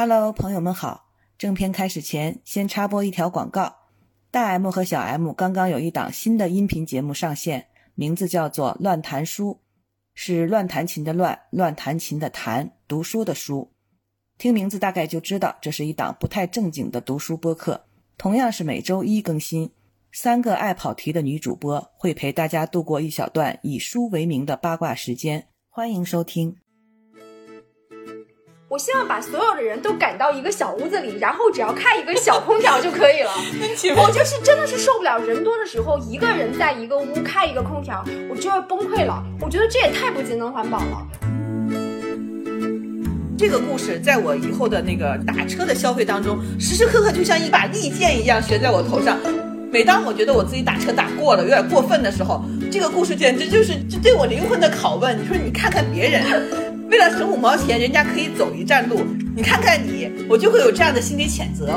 Hello， 朋友们好。正片开始前，先插播一条广告。大 M 和小 M 刚刚有一档新的音频节目上线，名字叫做乱弹书，是乱弹琴的乱，乱弹琴的弹，读书的书。听名字大概就知道，这是一档不太正经的读书播客。同样是每周一更新，3个爱跑题的女主播会陪大家度过一小段以书为名的八卦时间。欢迎收听。 我希望把所有的人都赶到一个小屋子里，然后只要开一个小空调就可以了。我就是真的是受不了人多的时候，一个人在一个屋开一个空调，我就要崩溃了。我觉得这也太不节能环保了。 这个故事在我以后的那个打车的消费当中，时时刻刻就像一把利剑一样悬在我头上。每当我觉得我自己打车打过了，有点过分的时候，这个故事简直就是对我灵魂的拷问。你说你看看别人，为了省5毛钱，人家可以走一站路，你看看你，我就会有这样的心理谴责。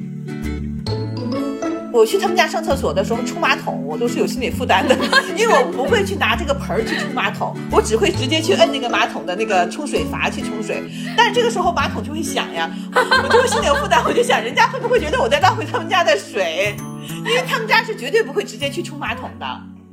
我去他们家上厕所的时候冲马桶，我都是有心理负担的，因为我不会去拿这个盆去冲马桶，我只会直接去摁那个马桶的那个冲水阀去冲水。但是这个时候马桶就会响呀，我就会心里有负担，我就想人家会不会觉得我在浪费他们家的水，因为他们家是绝对不会直接去冲马桶的。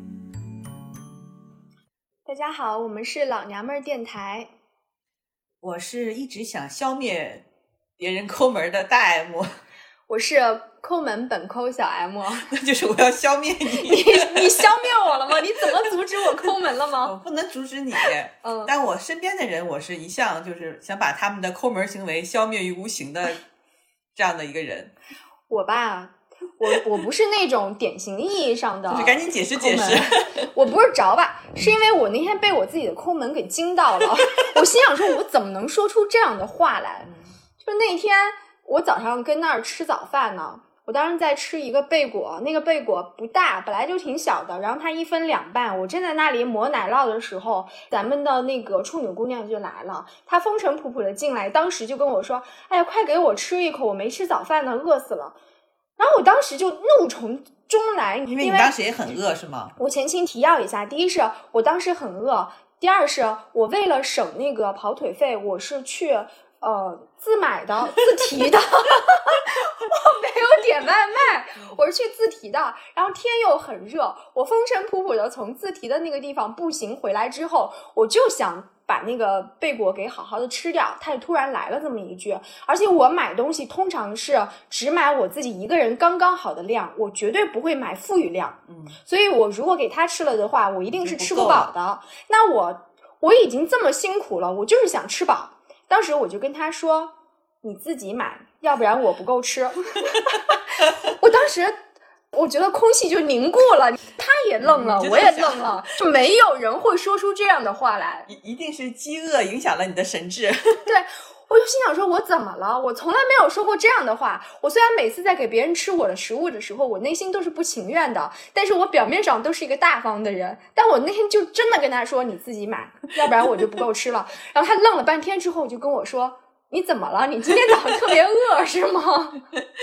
大家好，我们是老娘们儿电台。 我是一直想消灭别人抠门的大 M。 我是抠门本抠小 M。 那就是我要消灭你。 你消灭我了吗？你怎么阻止我抠门了吗？ 我不能阻止你。但我身边的人，我是一向就是想把他们的抠门行为消灭于无形的这样的一个人。 我吧，我不是那种典型意义上的， 就是赶紧解释解释。 我不是着吧，是因为我那天被我自己的抠门给惊到了。我心想说，我怎么能说出这样的话来？就那天我早上跟那儿吃早饭呢，我当时在吃一个贝果，那个贝果不大，本来就挺小的，然后它一分2半，我正在那里抹奶酪的时候，咱们的那个处女姑娘就来了，她风尘仆仆的进来，当时就跟我说，哎呀，快给我吃一口，我没吃早饭呢，饿死了。然后我当时就怒从中来， 因为你当时也很饿是吗？ 我前情提要一下，第一是我当时很饿，第二是我为了省那个跑腿费，我是去自买的自提的。我没有点外卖，我是去自提的，然后天又很热，我风尘仆仆的从自提的那个地方步行回来之后，我就想把那个贝果给好好的吃掉，他就突然来了这么一句。而且我买东西通常是只买我自己一个人刚刚好的量，我绝对不会买富裕量。所以我如果给他吃了的话，我一定是吃不饱的。那我已经这么辛苦了，我就是想吃饱。当时我就跟他说，你自己买，要不然我不够吃。我当时我觉得空气就凝固了，他也愣了，我也愣了，就没有人会说出这样的话来。 一定是饥饿影响了你的神智。 对，我就心想说，我怎么了？我从来没有说过这样的话。我虽然每次在给别人吃我的食物的时候，我内心都是不情愿的，但是我表面上都是一个大方的人。但我那天就真的跟他说，你自己买，要不然我就不够吃了。然后他愣了半天之后，就跟我说，你怎么了？你今天早上特别饿是吗？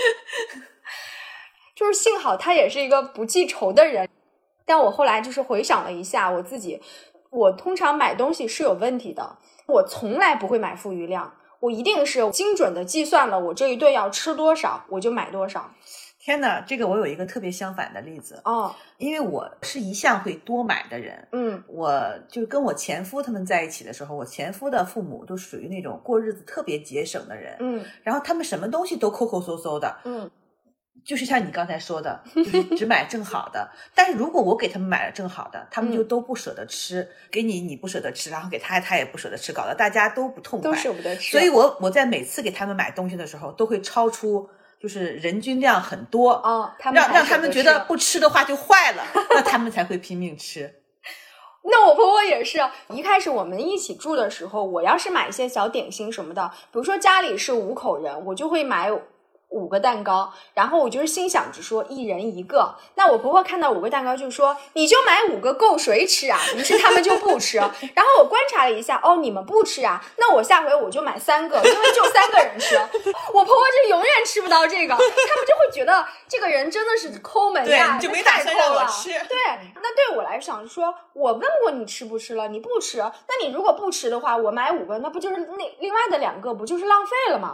就是幸好他也是一个不记仇的人。但我后来就是回想了一下我自己，我通常买东西是有问题的，我从来不会买富余量，我一定是精准的计算了我这一顿要吃多少，我就买多少。 天哪，这个我有一个特别相反的例子因为我是一向会多买的人。我就跟我前夫他们在一起的时候，我前夫的父母都属于那种过日子特别节省的人。然后他们什么东西都抠抠搜搜的。就是像你刚才说的，就是只买正好的。但是如果我给他们买了正好的，他们就都不舍得吃，给你不舍得吃，然后给他也不舍得吃，搞得大家都不痛快， 都舍不得吃。 所以我在每次给他们买东西的时候，都会超出就是人均量很多让他们觉得不吃的话就坏了，那他们才会拼命吃。 那我婆婆也是，一开始我们一起住的时候，我要是买一些小点心什么的，比如说家里是5口人，我就会买5个蛋糕，然后我就是心想着说1人1个。那我婆婆看到5个蛋糕就说，你就买5个够谁吃啊？于是他们就不吃。然后我观察了一下，你们不吃啊，那我下回我就买3个，因为就3个人吃。我婆婆就永远吃不到这个，他们就会觉得这个人真的是抠门呀， 对，你就没打算让我吃。 对，那对我来讲说，我问过你吃不吃了，你不吃，那你如果不吃的话，我买5个，那不就是另外的2个不就是浪费了吗？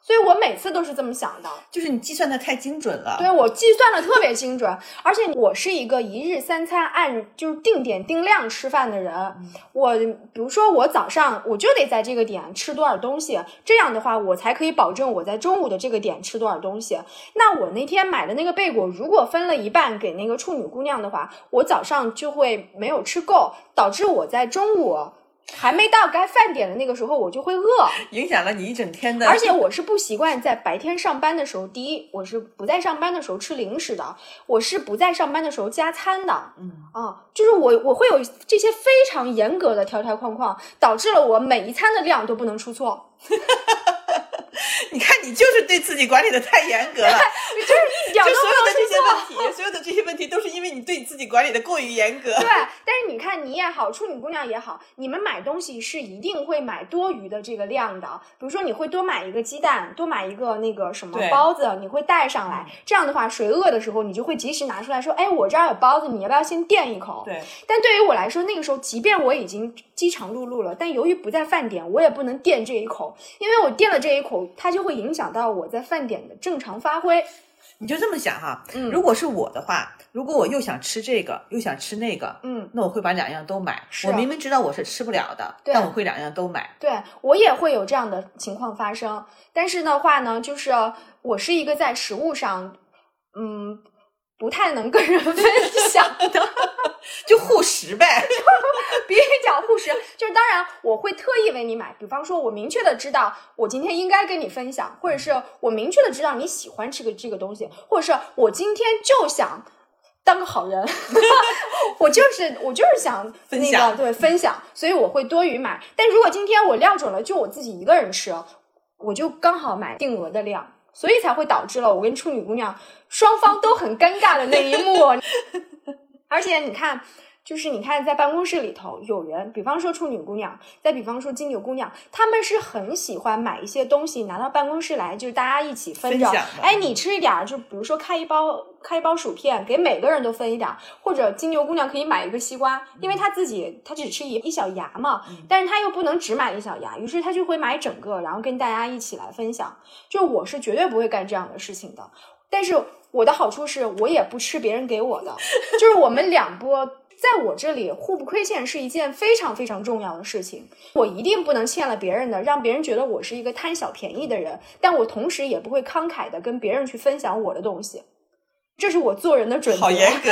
所以我每次都是这么想的， 就是你计算的太精准了。 对，我计算的特别精准，而且我是一个一日三餐按就是定点定量吃饭的人。我比如说我早上我就得在这个点吃多少东西，这样的话我才可以保证我在中午的这个点吃多少东西。那我那天买的那个贝果如果分了一半给那个处女姑娘的话，我早上就会没有吃够，导致我在中午还没到该饭点的那个时候我就会饿， 影响了你一整天的。 而且我是不习惯在白天上班的时候，第一我是不在上班的时候吃零食的，我是不在上班的时候加餐的。就是我会有这些非常严格的条条框框，导致了我每一餐的量都不能出错。 你看你就是对自己管理的太严格了， 就是一点都不能出错。 所有的这些问题都是因为你对你自己管理的过于严格。 对，但是你看你也好，处女姑娘也好，你们买东西是一定会买多余的这个量的。比如说你会多买一个鸡蛋，多买一个那个什么包子，你会带上来。这样的话，谁饿的时候，你就会及时拿出来说，哎，我这儿有包子，你要不要先垫一口？ 对。 但对于我来说，那个时候即便我已经饥肠辘辘了，但由于不在饭点，我也不能垫这一口，因为我垫了这一口，它就会影响到我在饭点的正常发挥。 你就这么想哈，如果是我的话，如果我又想吃这个又想吃那个，那我会把两样都买。我明明知道我是吃不了的，但我会两样都买。 对，我也会有这样的情况发生，但是的话呢，就是我是一个在食物上不太能跟人分享的就护食呗比较护食，就是当然我会特意为你买，比方说我明确的知道我今天应该跟你分享，或者是我明确的知道你喜欢吃这个东西，或者是我今天就想当个好人我就是想分享， 对，分享，所以我会多余买。但如果今天我料准了就我自己一个人吃，我就刚好买定额的量，所以才会导致了我跟处女姑娘双方都很尴尬的那一幕而且你看，就是你看在办公室里头有人，比方说处女姑娘，再比方说金牛姑娘，他们是很喜欢买一些东西拿到办公室来，就是大家一起分着，哎，你吃一点，就比如说开一包薯片给每个人都分一点，或者金牛姑娘可以买一个西瓜，因为她只吃一小牙嘛，但是她又不能只买一小牙，于是她就会买整个，然后跟大家一起来分享。就我是绝对不会干这样的事情的，但是我的好处是我也不吃别人给我的，就是我们两波在我这里互不亏欠是一件非常非常重要的事情，我一定不能欠了别人的，让别人觉得我是一个贪小便宜的人，但我同时也不会慷慨的跟别人去分享我的东西，这是我做人的准则。 好严格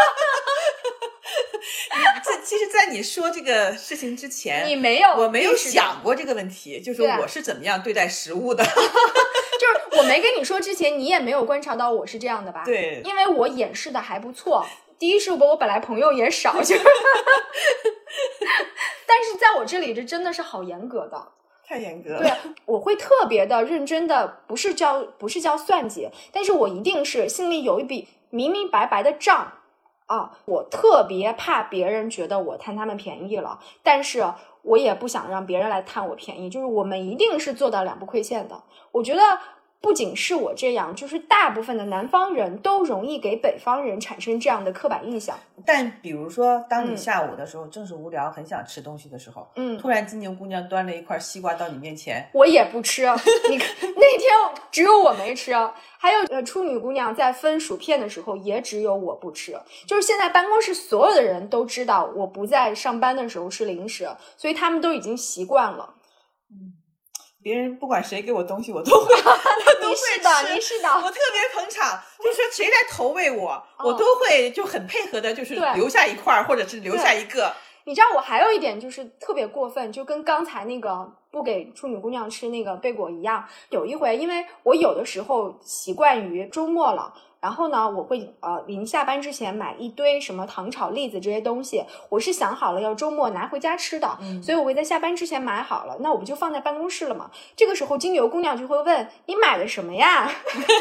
其实在你说这个事情之前，我没有想过这个问题，就是我是怎么样对待食物的就是我没跟你说之前，你也没有观察到我是这样的吧？ 对， 因为我掩饰的还不错。第一是我本来朋友也少，就是但是在我这里这真的是好严格的， 太严格了。 对，我会特别的认真的，不是叫算计，但是我一定是心里有一笔明明白白的账啊。我特别怕别人觉得我贪他们便宜了，但是我也不想让别人来贪我便宜，就是我们一定是做到两不亏欠的。我觉得不仅是我这样，就是大部分的南方人都容易给北方人产生这样的刻板印象。 但比如说当你下午的时候正是无聊很想吃东西的时候，突然金牛姑娘端了一块西瓜到你面前， 我也不吃你那天只有我没吃，还有处女姑娘在分薯片的时候也只有我不吃。就是现在办公室所有的人都知道我不在上班的时候吃零食，所以他们都已经习惯了。 别人不管谁给我东西我都会你是的我特别捧场，就是说谁来投喂我，我都会就很配合的，就是留下一块或者是留下一个。 你知道我还有一点就是特别过分，就跟刚才那个不给处女姑娘吃那个贝果一样。有一回因为我有的时候习惯于周末了，然后呢我会临下班之前买一堆什么糖炒栗子这些东西，我是想好了要周末拿回家吃的，所以我会在下班之前买好了，那我不就放在办公室了吗？这个时候金牛姑娘就会问你买的什么呀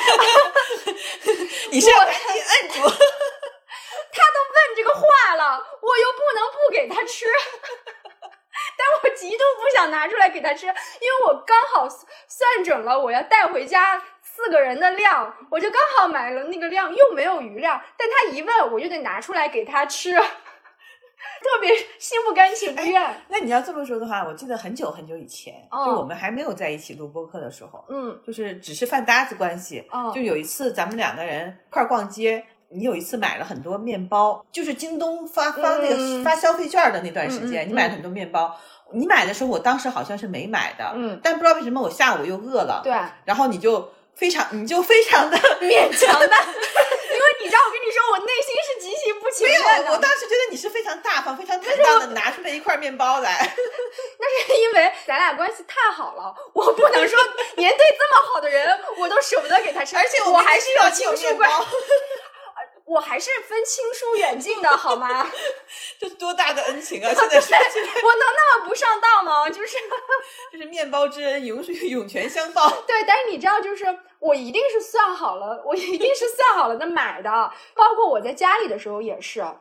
你是要赶紧摁住他都问这个话了，我又不能不给他吃但我极度不想拿出来给他吃，因为我刚好算准了我要带回家4个人的量，我就刚好买了那个量，又没有余量，但他一问我就得拿出来给他吃特别心不甘情不愿。 那你要这么说的话，我记得很久很久以前，就我们还没有在一起录播客的时候，就是只是饭搭子关系，就有一次咱们2个人一块逛街，你有一次买了很多面包，就是京东发那个发消费券的那段时间，你买了很多面包。你买的时候我当时好像是没买的，但不知道为什么我下午又饿了， 对， 然后你就非常的勉强的因为你知道我跟你说我内心是极其不情愿的。 没有，我当时觉得你是非常大方非常坦荡的拿出了一块面包来那是因为咱俩关系太好了，我不能说连对这么好的人我都舍不得给他吃， 而且我还是有情书关我还是分亲疏远近的好吗？ 这是多大的恩情啊！现在说起来我能那么不上当吗？就是面包之恩涌泉相报。 对，但是你知道，就是我一定是算好了的买的，包括我在家里的时候也是。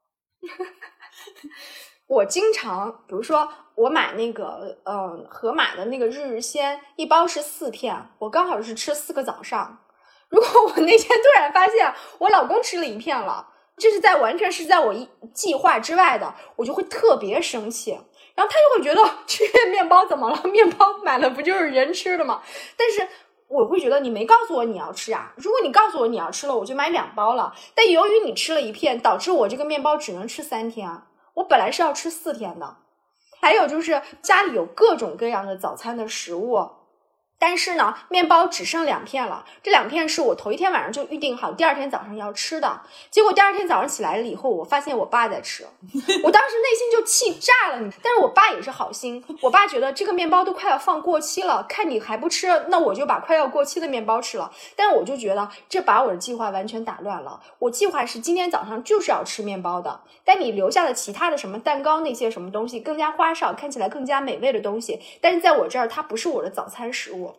我经常，比如说我买那个盒马的那个日鲜，一包是4片，我刚好是吃4个早上。如果我那天突然发现我老公吃了1片了，这是完全是在我计划之外的，我就会特别生气。然后他就会觉得这面包怎么了？面包买了不就是人吃的吗？但是我会觉得你没告诉我你要吃啊，如果你告诉我你要吃了，我就买2包了。但由于你吃了1片，导致我这个面包只能吃3天啊，我本来是要吃4天的。还有就是家里有各种各样的早餐的食物，但是呢，面包只剩2片了。这2片是我头一天晚上就预定好，第2天早上要吃的。结果第2天早上起来了以后，我发现我爸在吃，我当时内心就气炸了。但是我爸也是好心，我爸觉得这个面包都快要放过期了，看你还不吃，那我就把快要过期的面包吃了。但是我就觉得这把我的计划完全打乱了。我计划是今天早上就是要吃面包的，但你留下的其他的什么蛋糕那些什么东西更加花哨，看起来更加美味的东西，但是在我这儿它不是我的早餐食物。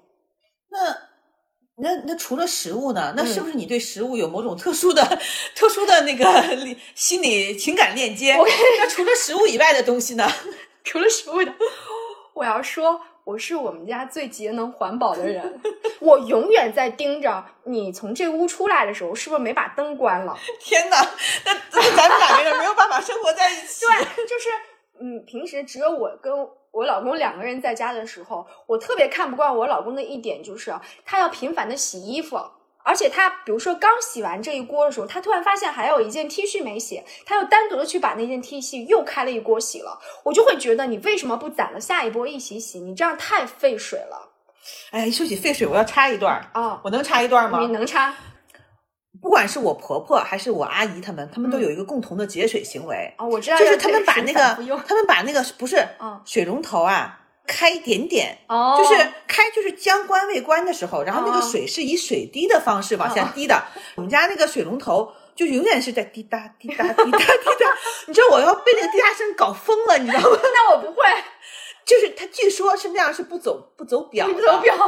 那除了食物呢？那是不是你对食物有某种特殊的那个心理情感链接？那除了食物以外的东西呢？ 除了食物的，我要说我是我们家最节能环保的人。我永远在盯着你从这屋出来的时候是不是没把灯关了。 天哪，那咱们2个人没有办法生活在一起。 对，就是平时只有我跟我老公2个人在家的时候，我特别看不惯我老公的一点就是他要频繁的洗衣服，而且他比如说刚洗完这一锅的时候，他突然发现还有一件 T 恤没洗，他又单独的去把那件 T 恤又开了一锅洗了。我就会觉得你为什么不攒了下一波一起洗？你这样太费水了。 哎，说起费水，我要插一段我能插一段吗？ 你能插。 不管是我婆婆还是我阿姨，他们都有一个共同的节水行为。 我知道， 就是他们把那个不是水龙头啊开一点点，就是将关未关的时候，然后那个水是以水滴的方式往下滴的。我们家那个水龙头就永远是在滴答滴答滴答滴答，你知道我要被那个滴答声搞疯了，你知道吗？ 那我不会， 就是他据说是那样，是不走表的， 不走表。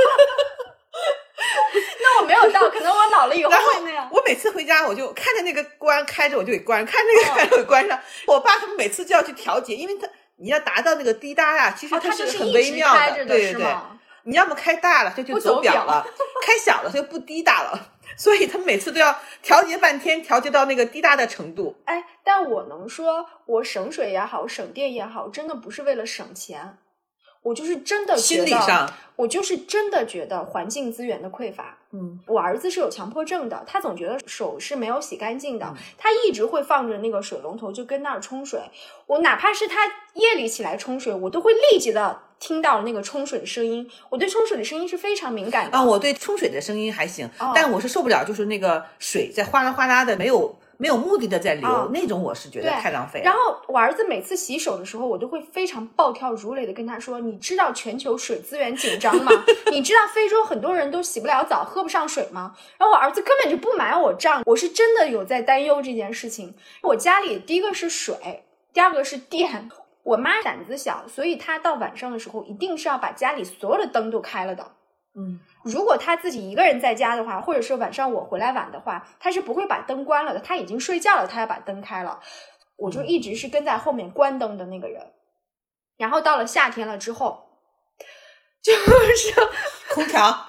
那我没有到，可能我老了以后会那样。 我每次回家，我就看着那个关开着，我就给关；看那个开着，我关上。我爸他们每次就要去调节，因为你要达到那个滴答呀，其实它是很微妙的，对对对。你要么开大了，它就走表了；开小了，它就不滴答了。所以他们每次都要调节半天，调节到那个滴答的程度。 但我能说，我省水也好，省电也好，真的不是为了省钱。我就是真的觉得， 心理上， 我就是真的觉得环境资源的匮乏。我儿子是有强迫症的，他总觉得手是没有洗干净的，他一直会放着那个水龙头就跟那儿冲水。我哪怕是他夜里起来冲水，我都会立即的听到那个冲水的声音。我对冲水的声音是非常敏感的。 我对冲水的声音还行，但我是受不了，就是那个水在哗啦哗啦的没有目的的在流，那种我是觉得太浪费了。 然后我儿子每次洗手的时候，我都会非常暴跳如雷的跟他说，你知道全球水资源紧张吗？你知道非洲很多人都洗不了澡，喝不上水吗？然后我儿子根本就不买我账，我是真的有在担忧这件事情。我家里第一个是水，第二个是电。我妈胆子小，所以她到晚上的时候一定是要把家里所有的灯都开了的。如果他自己一个人在家的话，或者是晚上我回来晚的话，他是不会把灯关了的，他已经睡觉了，他要把灯开了。我就一直是跟在后面关灯的那个人。然后到了夏天了之后，就是空调，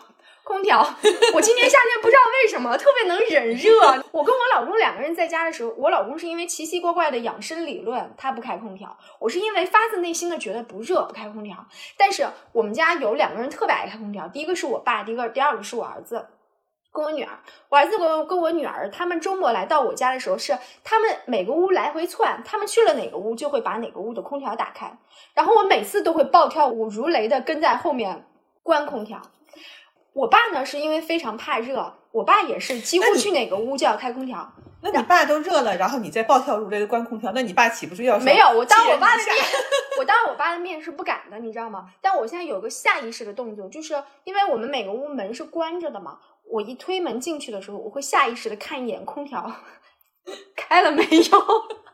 空调，我今年夏天不知道为什么特别能忍热。我跟我老公2个人在家的时候，我老公是因为奇奇怪怪的养生理论，他不开空调；我是因为发自内心的觉得不热不开空调。但是我们家有2个人特别爱开空调，第一个是我爸，第二个是我儿子跟我女儿。我儿子跟我女儿，他们周末来到我家的时候，是他们每个屋来回窜，他们去了哪个屋就会把哪个屋的空调打开，然后我每次都会暴跳如雷的跟在后面关空调。我爸呢是因为非常怕热，我爸也是几乎去哪个屋就要开空调。 那你爸都热了，然后你再暴跳如雷的关空调，那你爸岂不是要说没有？我当我爸的面是不敢的，你知道吗？但我现在有个下意识的动作，就是因为我们每个屋门是关着的嘛，我一推门进去的时候，我会下意识的看一眼空调开了没有。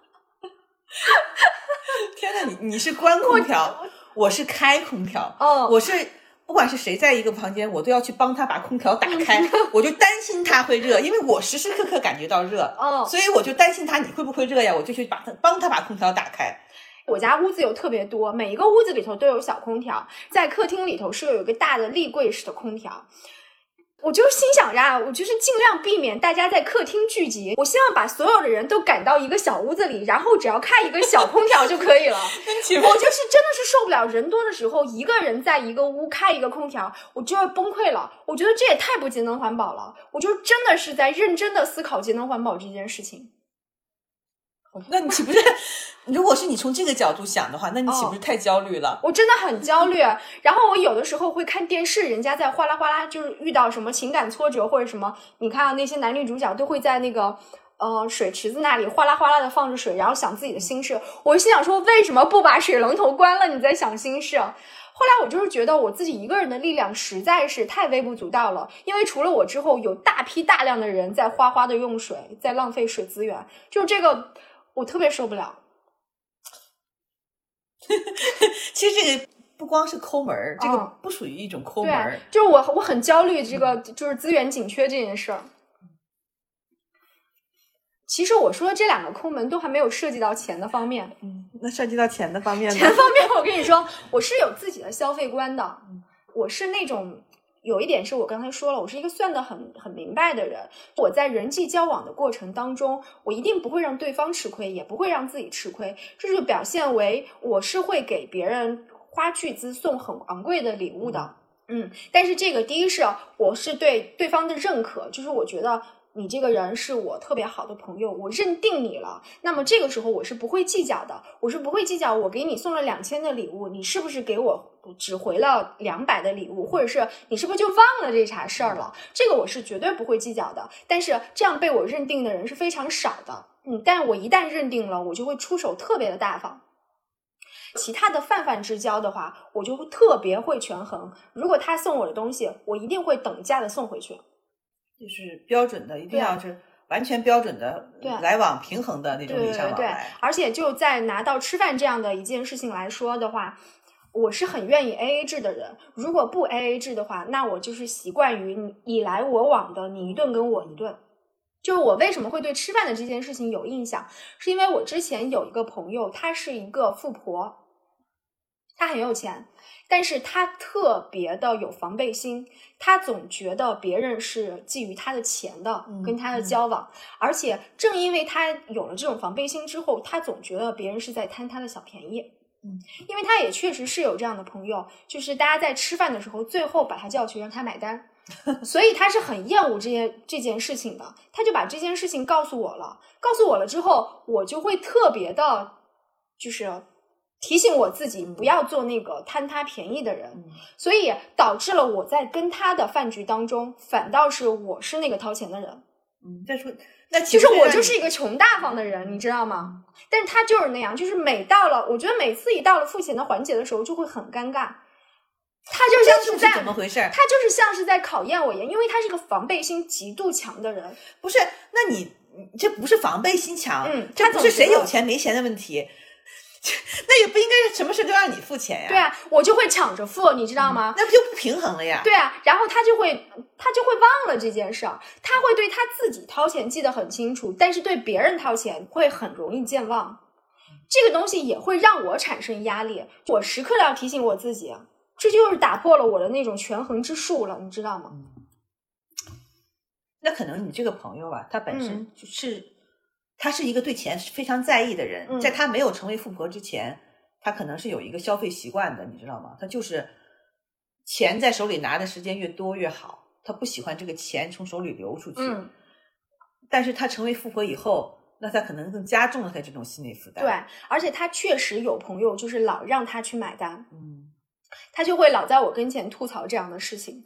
天哪，你是关空调，我是开空调。我是不管是谁在一个房间，我都要去帮他把空调打开。我就担心他会热，因为我时时刻刻感觉到热，所以我就担心他你会不会热呀，我就去帮他把空调打开。 我家屋子有特别多，每一个屋子里头都有小空调，在客厅里头是有一个大的立柜式的空调。我就心想呀，我就是尽量避免大家在客厅聚集，我希望把所有的人都赶到一个小屋子里，然后只要开一个小空调就可以了。我就是真的是受不了人多的时候，一个人在一个屋开一个空调，我就要崩溃了。我觉得这也太不节能环保了，我就真的是在认真的思考节能环保这件事情。 那你岂不是如果是你从这个角度想的话，那你岂不是太焦虑了？ 我真的很焦虑。然后我有的时候会看电视，人家在哗啦哗啦，就是遇到什么情感挫折或者什么，你看那些男女主角都会在那个水池子那里哗啦哗啦的放着水，然后想自己的心事。我心想说，为什么不把水龙头关了你再想心事？后来我就是觉得我自己一个人的力量实在是太微不足道了，因为除了我之后，有大批大量的人在哗哗的用水，在浪费水资源，就这个我特别受不了。 其实这个不光是抠门，这个不属于一种抠门。 对，就是我很焦虑这个就是资源紧缺这件事儿。其实我说的这2个抠门都还没有涉及到钱的方面。 那涉及到钱的方面呢？ 钱方面我跟你说，我是有自己的消费观的。我是那种有一点是我刚才说了，我是一个算得很明白的人。我在人际交往的过程当中，我一定不会让对方吃亏，也不会让自己吃亏。这就表现为我是会给别人花巨资送很昂贵的礼物的。但是这个第一是我是对对方的认可，就是我觉得你这个人是我特别好的朋友，我认定你了，那么这个时候我是不会计较的。我是不会计较我给你送了2000的礼物，你是不是给我只回了200的礼物，或者是你是不是就忘了这茬事儿了，这个我是绝对不会计较的。但是这样被我认定的人是非常少的。但我一旦认定了，我就会出手特别的大方。其他的泛泛之交的话，我就会特别会权衡，如果他送我的东西，我一定会等价的送回去， 就是标准的，一定要是完全标准的来往平衡的那种礼尚往来。 对，而且就在拿到吃饭这样的一件事情来说的话，我是很愿意 AA 制的人。如果不 AA 制的话，那我就是习惯于你来我往的，你一顿跟我一顿。就是我为什么会对吃饭的这件事情有印象，是因为我之前有一个朋友，她是一个富婆，她很有钱，但是她特别的有防备心，她总觉得别人是觊觎她的钱的，跟她的交往，而且正因为她有了这种防备心之后，她总觉得别人是在贪她的小便宜。因为她也确实是有这样的朋友，就是大家在吃饭的时候，最后把她叫去让她买单。所以他是很厌恶这件事情的，他就把这件事情告诉我了之后，我就会特别的就是提醒我自己不要做那个贪他便宜的人，所以导致了我在跟他的饭局当中，反倒是我是那个掏钱的人。 那其实我就是一个穷大方的人，你知道吗？但是他就是那样，就是我觉得每次一到了付钱的环节的时候就会很尴尬。他就像是在怎么回事？ 他就是像是在考验我一样，因为他是个防备心极度强的人。 不是，那你这不是防备心强， 这不是谁有钱没钱的问题，那也不应该什么事都让你付钱呀。 对啊，我就会抢着付，你知道吗？ 那不就不平衡了呀？ 对啊，然后他就会忘了这件事儿，他会对他自己掏钱记得很清楚，但是对别人掏钱会很容易健忘。这个东西也会让我产生压力，我时刻要提醒我自己。这就是打破了我的那种权衡之术了，你知道吗？ 那可能你这个朋友吧，他本身他是一个对钱非常在意的人，在他没有成为富婆之前，他可能是有一个消费习惯的，你知道吗？他就是钱在手里拿的时间越多越好，他不喜欢这个钱从手里流出去。但是他成为富婆以后，那他可能更加重了他这种心理负担。 对，而且他确实有朋友就是老让他去买单，他就会老在我跟前吐槽这样的事情。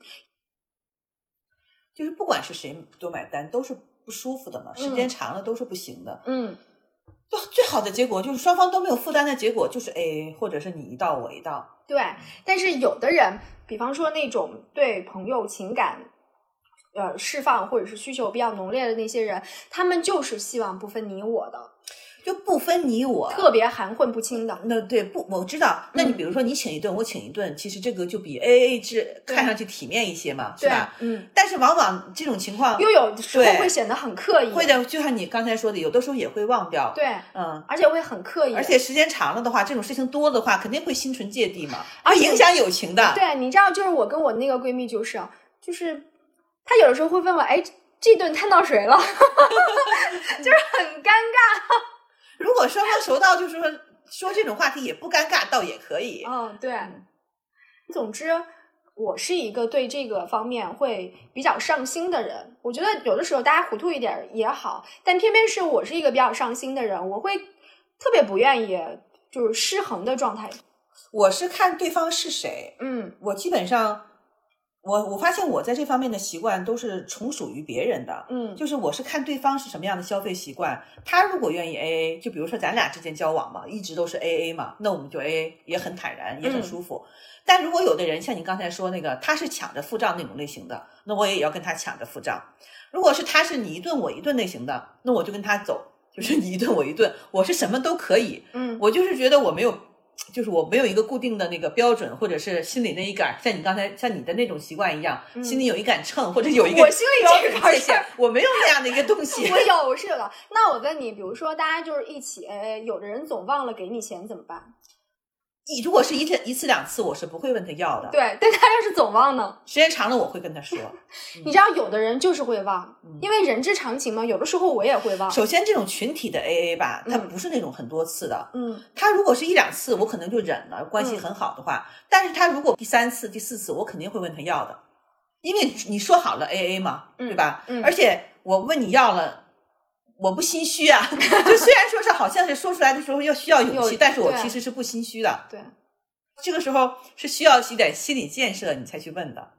就是不管是谁多买单都是不舒服的嘛，时间长了都是不行的。最好的结果就是双方都没有负担的结果就是 AA， 或者是你一道我一道。 对，但是有的人比方说那种对朋友情感释放或者是需求比较浓烈的那些人，他们就是希望不分你我的， 就不分你我， 特别含混不清的。 那对不，我知道。那你比如说你请一顿，我请一顿，其实这个就比 AA 制看上去体面一些嘛，是吧？但是往往这种情况又有时候会显得很刻意， 会的，就像你刚才说的，有的时候也会忘掉。 对，而且会很刻意， 而且时间长了的话，这种事情多的话，肯定会心存芥蒂嘛，会影响友情的。 对，你知道，就是我跟我那个闺蜜就是她有的时候会问我，哎，这顿摊到谁了？就是很尴尬。 如果双方熟到就是说这种话题也不尴尬，倒也可以。 对。总之，我是一个对这个方面会比较上心的人。我觉得有的时候大家糊涂一点也好，但偏偏是我是一个比较上心的人，我会特别不愿意就是失衡的状态。 我是看对方是谁，我基本上。我发现我在这方面的习惯都是从属于别人的，就是我是看对方是什么样的消费习惯，他如果愿意 AA， 就比如说咱俩之间交往嘛，一直都是 AA 嘛，那我们就 AA 也很坦然，也很舒服。但如果有的人像你刚才说那个，他是抢着付账那种类型的，那我也要跟他抢着付账。如果是他是你一顿我一顿类型的，那我就跟他走，就是你一顿我一顿，我是什么都可以。我就是觉得我没有一个固定的那个标准，或者是心里那一杆，像你刚才像你的那种习惯一样，心里有一杆秤，或者有一个我心里这杆线，我没有那样的一个东西。 我是有的。那我问你，比如说大家就是一起，有的人总忘了给你钱怎么办？ 如果是一次两次，我是不会问他要的。 对，但他要是总忘呢？ 时间长了，我会跟他说。 你知道，有的人就是会忘，因为人之常情嘛。有的时候我也会忘。 首先，这种群体的 AA 吧，它不是那种很多次的。他如果是一两次，我可能就忍了，关系很好的话。但是他如果第三次、第四次，我肯定会问他要的，因为你说好了 AA 嘛，对吧？而且我问你要了。我不心虚啊，就虽然说是好像是说出来的时候需要勇气，但是我其实是不心虚的。 对， 这个时候是需要一点心理建设，你才去问的。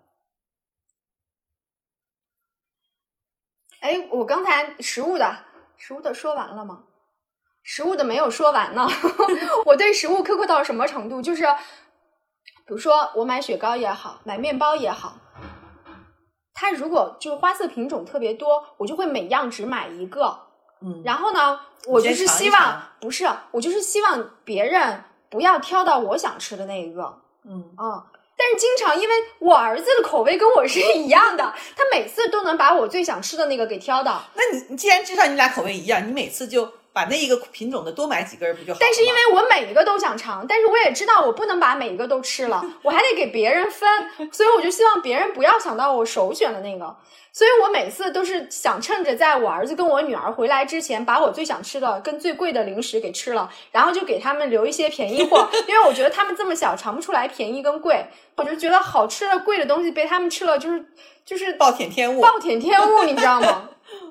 我刚才食物的说完了吗？食物的没有说完呢。我对食物苛刻到什么程度？就是比如说我买雪糕也好，买面包也好。它如果就是花色品种特别多，我就会每样只买一个。然后呢，我就是希望我就是希望别人不要挑到我想吃的那一个。但是经常因为我儿子的口味跟我是一样的，他每次都能把我最想吃的那个给挑到。 那你既然知道你俩口味一样，你每次就把那一个品种的多买几根不就好了吗？ 但是因为我每一个都想尝，但是我也知道我不能把每一个都吃了，我还得给别人分，所以我就希望别人不要想到我首选的那个。所以我每次都是想趁着在我儿子跟我女儿回来之前，把我最想吃的跟最贵的零食给吃了，然后就给他们留一些便宜货，因为我觉得他们这么小尝不出来便宜跟贵，我就觉得好吃的贵的东西被他们吃了就是暴殄天物， 你知道吗？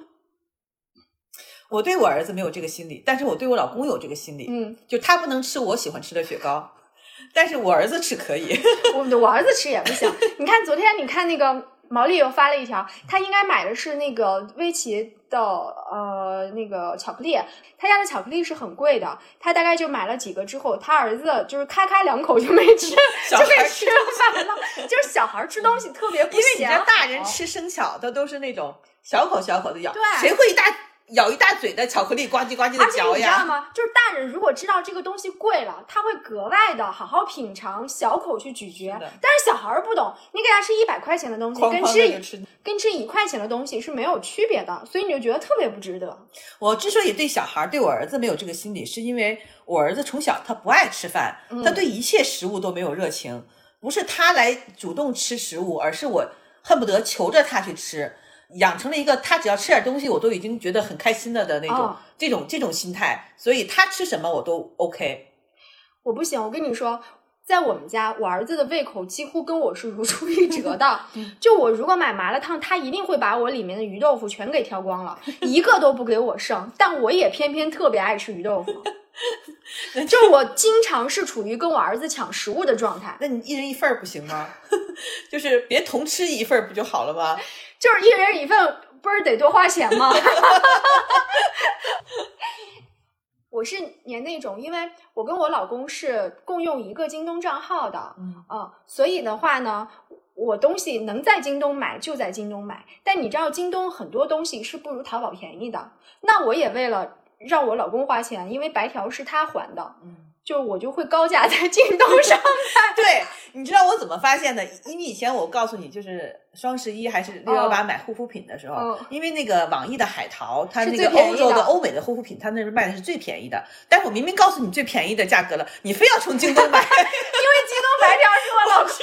我对我儿子没有这个心理，但是我对我老公有这个心理。就他不能吃我喜欢吃的雪糕，但是我儿子吃可以。 我儿子吃也不行。你看昨天你看那个毛利又发了一条，他应该买的是那个薇琪的那个巧克力，他家的巧克力是很贵的，他大概就买了几个之后，他儿子就是咔咔两口就没吃，就被吃完了。就是小孩吃东西特别不咸， 因为你知道大人吃生巧的都是那种小口小口的咬， 对， 谁会咬一大嘴的巧克力呱唧呱唧的嚼呀？ 而且你知道吗？就是大人如果知道这个东西贵了，他会格外的好好品尝，小口去咀嚼。但是小孩不懂，你给他吃100块钱的东西，跟吃1块钱的东西是没有区别的，所以你就觉得特别不值得。 我之所以对小孩对我儿子没有这个心理，是因为我儿子从小他不爱吃饭，他对一切食物都没有热情，不是他来主动吃食物，而是我恨不得求着他去吃。 养成了一个他只要吃点东西我都已经觉得很开心了的那种、这种心态，所以他吃什么我都 OK。 我不行，我跟你说，在我们家我儿子的胃口几乎跟我是如出一辙的就我如果买麻辣烫，他一定会把我里面的鱼豆腐全给挑光了，一个都不给我剩，但我也偏偏特别爱吃鱼豆腐就我经常是处于跟我儿子抢食物的状态。 那你一人一份不行吗？就是别同吃一份不就好了吗？ 就是一人一份，不是得多花钱吗我是连那种，因为我跟我老公是共用一个京东账号的，所以的话呢，我东西能在京东买就在京东买，但你知道京东很多东西是不如淘宝便宜的，那我也为了让我老公花钱，因为白条是他还的，就我就会高价在京东上买对，你知道我怎么发现的？因为以前我告诉你，就是双11还是618买护肤品的时候，因为那个网易的海淘，它那个欧洲的欧美的护肤品，它那边卖的是最便宜的。但是我明明告诉你最便宜的价格了，你非要从京东买，因为京东白条是我老公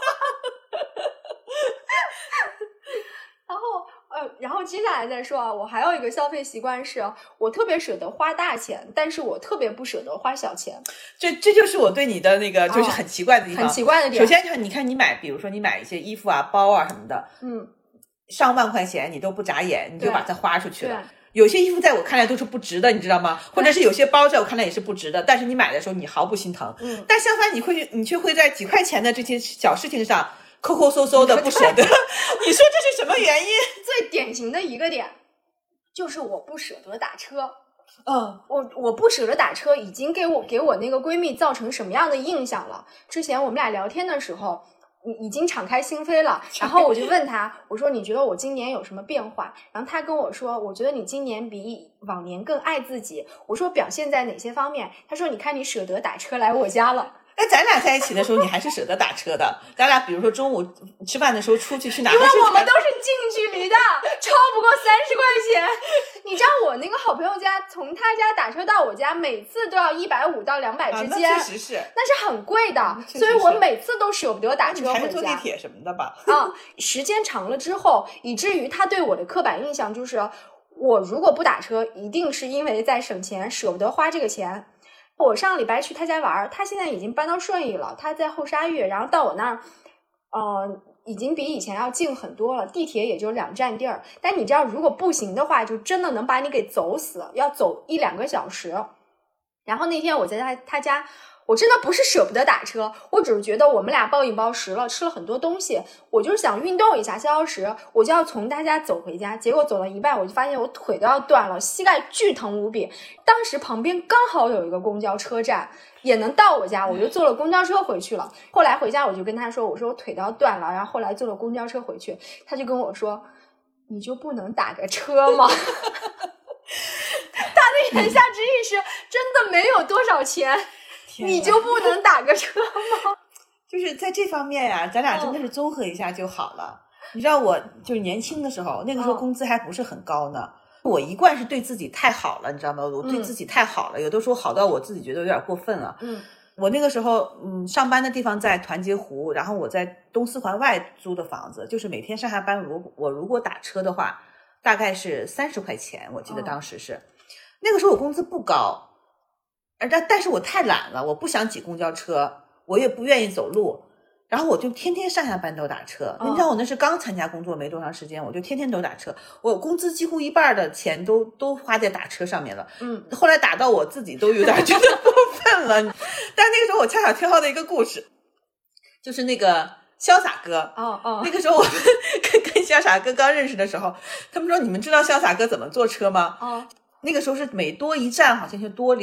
然后接下来再说啊，我还有一个消费习惯是，我特别舍得花大钱，但是我特别不舍得花小钱。 这就是我对你的那个就是很奇怪的地方， 很奇怪的点。 首先你看你买，比如说你买一些衣服啊、包啊什么的，上万块钱你都不眨眼，你就把它花出去了。有些衣服在我看来都是不值的，你知道吗？或者是有些包在我看来也是不值的，但是你买的时候你毫不心疼。但相反你却会在几块钱的这些小事情上抠抠搜搜的不舍得。你说这是什么原因？ 最典型的一个点就是我不舍得打车。我不舍得打车已经给我那个闺蜜造成什么样的印象了？之前我们俩聊天的时候已经敞开心扉了，然后我就问她，我说你觉得我今年有什么变化？然后她跟我说，我觉得你今年比往年更爱自己。我说表现在哪些方面？她说你看你舍得打车来我家了。 那咱俩在一起的时候你还是舍得打车的，咱俩比如说中午吃饭的时候出去哪， 因为我们都是近距离的，超不过30块钱。你知道我那个好朋友家，从他家打车到我家每次都要150到200之间， 那确实是， 那是很贵的，所以我每次都舍不得打车回家。 你还是坐地铁什么的吧？ 时间长了之后，以至于他对我的刻板印象就是，我如果不打车，一定是因为在省钱，舍不得花这个钱。我上个礼拜去他家玩，他现在已经搬到顺义了，他在后沙峪，然后到我那儿，已经比以前要近很多了，地铁也就2站地儿。但你知道，如果步行的话，就真的能把你给走死，要走1-2个小时。然后那天我在他家，我真的不是舍不得打车，我只是觉得我们俩暴饮暴食了，吃了很多东西，我就是想运动一下消消食，我就要从他家走回家。结果走了一半，我就发现我腿都要断了，膝盖巨疼无比。当时旁边刚好有一个公交车站，也能到我家，我就坐了公交车回去了。后来回家我就跟他说，我说我腿都要断了，然后后来坐了公交车回去，他就跟我说，你就不能打个车吗？他的言下之意是真的没有多少钱，你就不能打个车吗？ 就是在这方面呀，咱俩真的是综合一下就好了。你知道我就是年轻的时候，那个时候工资还不是很高呢，我一贯是对自己太好了，你知道吗？我对自己太好了，有的时候好到我自己觉得有点过分了。我那个时候上班的地方在团结湖，然后我在东四环外租的房子，就是每天上下班我如果打车的话大概是30块钱，我记得当时是那个时候我工资不高，但是我太懒了，我不想挤公交车，我也不愿意走路，然后我就天天上下班都打车。你知道我那是刚参加工作没多长时间，我就天天都打车，我工资几乎一半的钱都花在打车上面了。后来打到我自己都有点觉得过分了。但那个时候我恰巧听到的一个故事，就是那个潇洒哥。那个时候我们跟潇洒哥刚认识的时候，他们说你们知道潇洒哥怎么坐车吗？那个时候是每多一站好像就多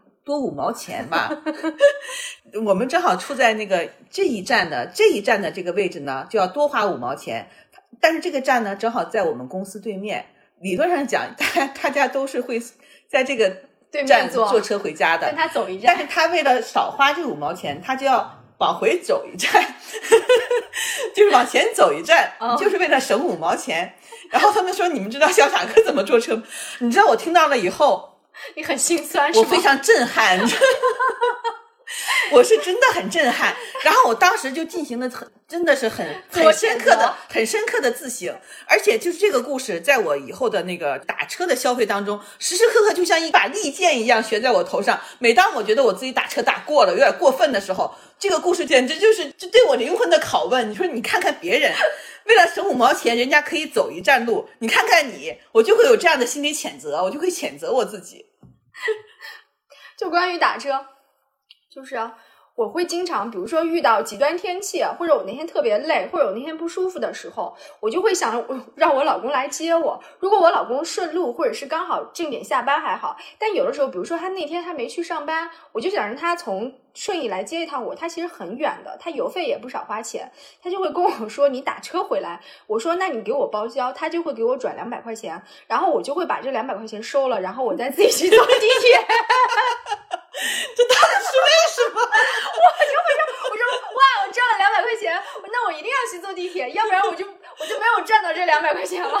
5毛钱吧。我们正好处在那个这一站的这个位置呢，就要多花5毛钱。但是这个站呢正好在我们公司对面，理论上讲大家都是会在这个站坐车回家的， 跟他走一站， 但是他为了少花这5毛钱，他就要往回走一站，就是往前走一站，就是为了省5毛钱。然后他们说你们知道潇洒哥怎么坐车吗？你知道我听到了以后你很心酸是吗？ 我非常震撼。 我是真的很震撼。然后我当时就进行了真的是很深刻的自省，而且就是这个故事在我以后的那个打车的消费当中，时时刻刻就像一把利剑一样悬在我头上。每当我觉得我自己打车打过了，有点过分的时候，这个故事简直就是对我灵魂的拷问。你说你看看别人为了省5毛钱，人家可以走1站路，你看看你，我就会有这样的心理谴责，我就会谴责我自己。 就关于打车，就是我会经常，比如说遇到极端天气，或者我那天特别累，或者我那天不舒服的时候，我就会想让我老公来接我。如果我老公顺路，或者是刚好正点下班还好，但有的时候，比如说他那天他没去上班，我就想让他从顺义来接一趟我，他其实很远的，他油费也不少花钱，他就会跟我说你打车回来，我说那你给我报销，他就会给我转200块钱，然后我就会把这200块钱收了，然后我再自己去坐地铁。 这到底是为什么？ 我说哇，我赚了200块钱，那我一定要去坐地铁，要不然我就没有赚到这200块钱了。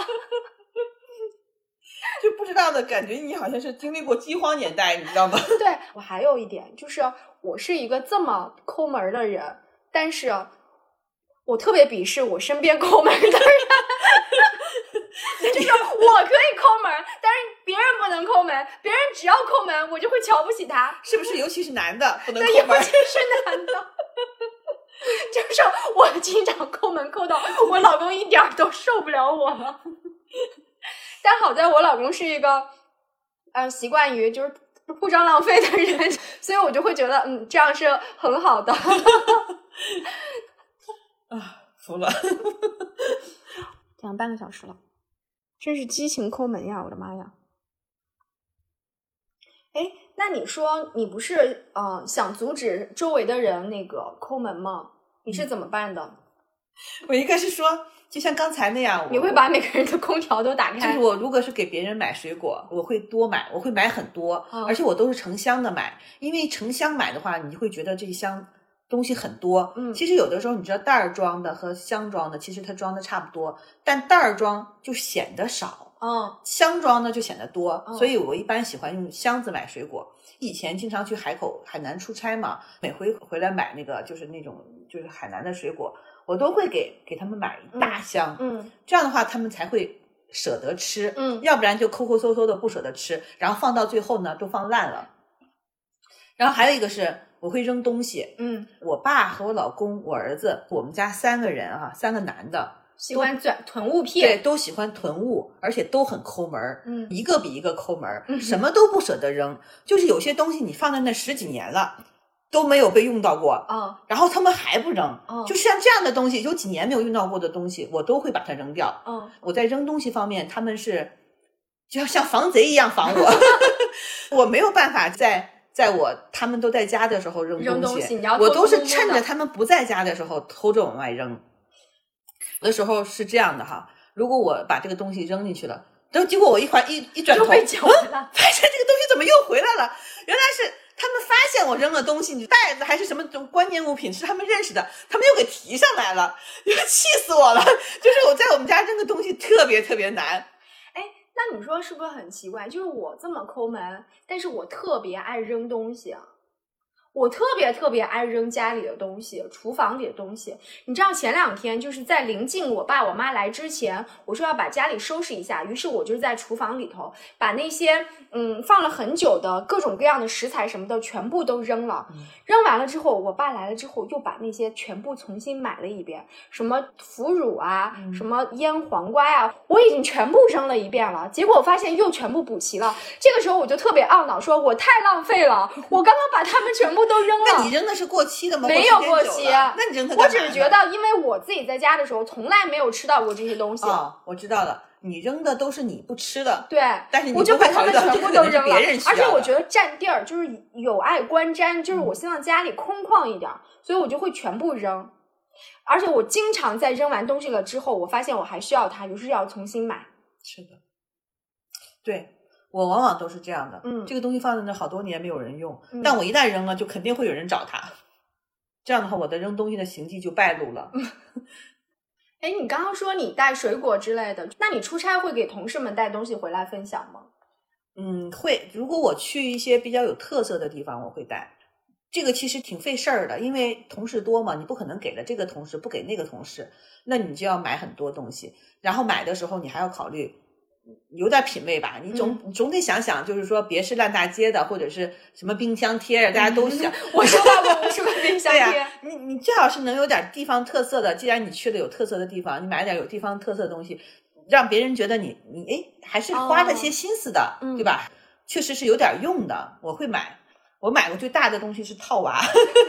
就不知道的感觉，你好像是经历过饥荒年代，你知道吗？ 对，我还有一点就是我是一个这么抠门的人，但是我特别鄙视我身边抠门的人。就是我可以抠门，但是别人不能抠门，别人只要抠门我就会瞧不起他。 是不是尤其是男的不能抠门？ 对，尤其是男的。就是我经常抠门抠到我老公一点都受不了我了。但好在我老公是一个习惯于就是不张浪费的人，所以我就会觉得这样是很好的。 服了。 讲半个小时了，真是激情抠门呀，我的妈呀。哎，那你说你不是想阻止周围的人那个抠门吗？你是怎么办的？ 我应该是说就像刚才那样， 你会把每个人的空调都打开。 就是我如果是给别人买水果，我会多买，我会买很多，而且我都是成箱的买，因为成箱买的话你会觉得这一箱东西很多。其实有的时候你知道袋儿装的和箱装的其实它装的差不多，但袋儿装就显得少，箱装呢就显得多，所以我一般喜欢用箱子买水果。以前经常去海南出差嘛，每回回来买那个就是那种就是海南的水果，我都会给他们买一大箱，这样的话他们才会舍得吃，要不然就抠抠搜搜的不舍得吃，然后放到最后呢都放烂了。然后还有一个是我会扔东西，我爸和我老公我儿子，我们家3个人啊，3个男的喜欢囤物癖， 对，都喜欢囤物，而且都很抠门，一个比一个抠门，什么都不舍得扔，就是有些东西你放在那10几年了都没有被用到过，然后他们还不扔，就像这样的东西，有几年没有用到过的东西，我都会把它扔掉。我在扔东西方面，他们是就像防贼一样防我，我没有办法在他们都在家的时候扔东西，我都是趁着他们不在家的时候偷着往外扔。有的时候是这样的哈，如果我把这个东西扔进去了，结果我一转头，发现这个东西怎么又回来了？原来是他们发现我扔了东西，袋子还是什么关键物品是他们认识的，他们又给提上来了，气死我了！就是我在我们家扔的东西特别特别难。 哎，那你说是不是很奇怪？就是我这么抠门，但是我特别爱扔东西啊。我特别爱扔家里的东西，厨房里的东西。你知道前2天就是在临近我爸我妈来之前，我说要把家里收拾一下，于是我就在厨房里头把那些放了很久的各种各样的食材什么的全部都扔了。扔完了之后，我爸来了之后又把那些全部重新买了一遍，什么腐乳啊，什么腌黄瓜呀，我已经全部扔了一遍了。结果我发现又全部补齐了。这个时候我就特别懊恼，说我太浪费了，我刚刚把它们全部都扔了。 那你扔的是过期的吗？ 没有过期。 那你扔它干嘛？ 我只是觉得，因为我自己在家的时候从来没有吃到过这些东西。 我知道了，你扔的都是你不吃的。 对， 但是你我就把它们全部都扔了。而且我觉得占地儿，就是有碍观瞻，就是我希望家里空旷一点，所以我就会全部扔。而且我经常在扔完东西了之后，我发现我还需要它，于是要重新买。 是的，对。我往往都是这样的，这个东西放在那好多年没有人用，但我一旦扔了，就肯定会有人找它。这样的话，我的扔东西的行迹就败露了。 哎，你刚刚说你带水果之类的，那你出差会给同事们带东西回来分享吗？ 会。如果我去一些比较有特色的地方，我会带。 这个其实挺费事儿的，因为同事多嘛，你不可能给了这个同事不给那个同事，那你就要买很多东西，然后买的时候你还要考虑有点品味吧，你总得想想，就是说别是烂大街的，或者是什么冰箱贴大家都想。 我收到过无数个冰箱贴。 对呀，你最好是能有点地方特色的，既然你去了有特色的地方，你买点有地方特色的东西，让别人觉得你还是花了些心思的，对吧？确实是有点用的，我会买。我买过最大的东西是套娃。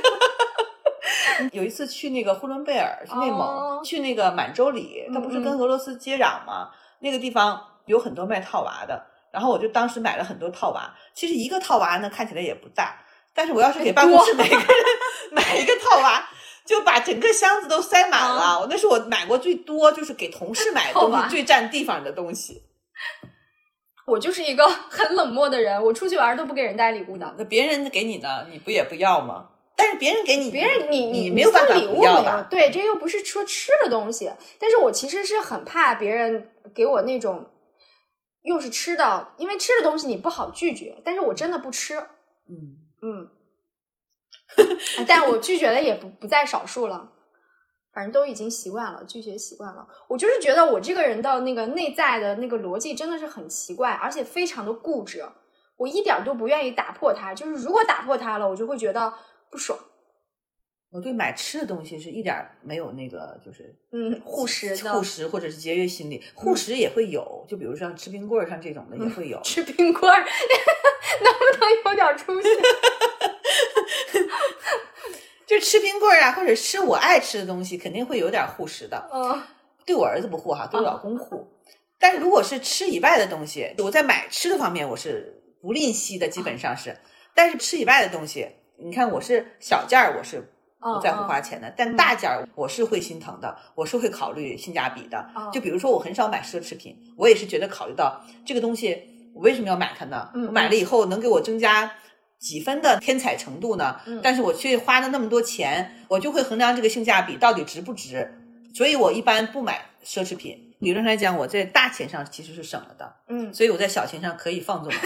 有一次去那个呼伦贝尔，去内蒙，去那个满洲里，它不是跟俄罗斯接壤吗？那个地方有很多卖套娃的，然后我就当时买了很多套娃。其实一个套娃呢看起来也不大，但是我要是给办公室每个人买一个套娃，就把整个箱子都塞满了。那是我买过最多，就是给同事买的东西最占地方的东西。 我就是一个很冷漠的人，我出去玩都不给人带礼物的。 那别人给你呢，你不也不要吗？但是别人给你， 别人你没有办法不要吧？ 对，这又不是说吃的东西。但是我其实是很怕别人给我那种又是吃的，因为吃的东西你不好拒绝，但是我真的不吃。但我拒绝的也不在少数了。反正都已经习惯了，拒绝习惯了。我就是觉得我这个人的那个内在的那个逻辑真的是很奇怪，而且非常的固执。我一点都不愿意打破它，就是如果打破它了，我就会觉得不爽。 我对买吃的东西是一点没有那个就是护食或者是节约心理。护食也会有，就比如像吃冰棍像这种的也会有。 吃冰棍能不能有点出息？ 就吃冰棍啊，或者吃我爱吃的东西，肯定会有点护食的。对我儿子不护哈，对我老公护。但是如果是吃以外的东西，我在买吃的方面我是不吝惜的，基本上是。但是吃以外的东西，你看我是小件儿，我是不在乎花钱的，但大件儿我是会心疼的，我是会考虑性价比的。就比如说我很少买奢侈品，我也是觉得考虑到这个东西我为什么要买它呢？我买了以后能给我增加几分的天采程度呢？但是我去花了那么多钱，我就会衡量这个性价比到底值不值。所以我一般不买奢侈品。理论上来讲，我在大钱上其实是省了的。所以我在小钱上可以放纵。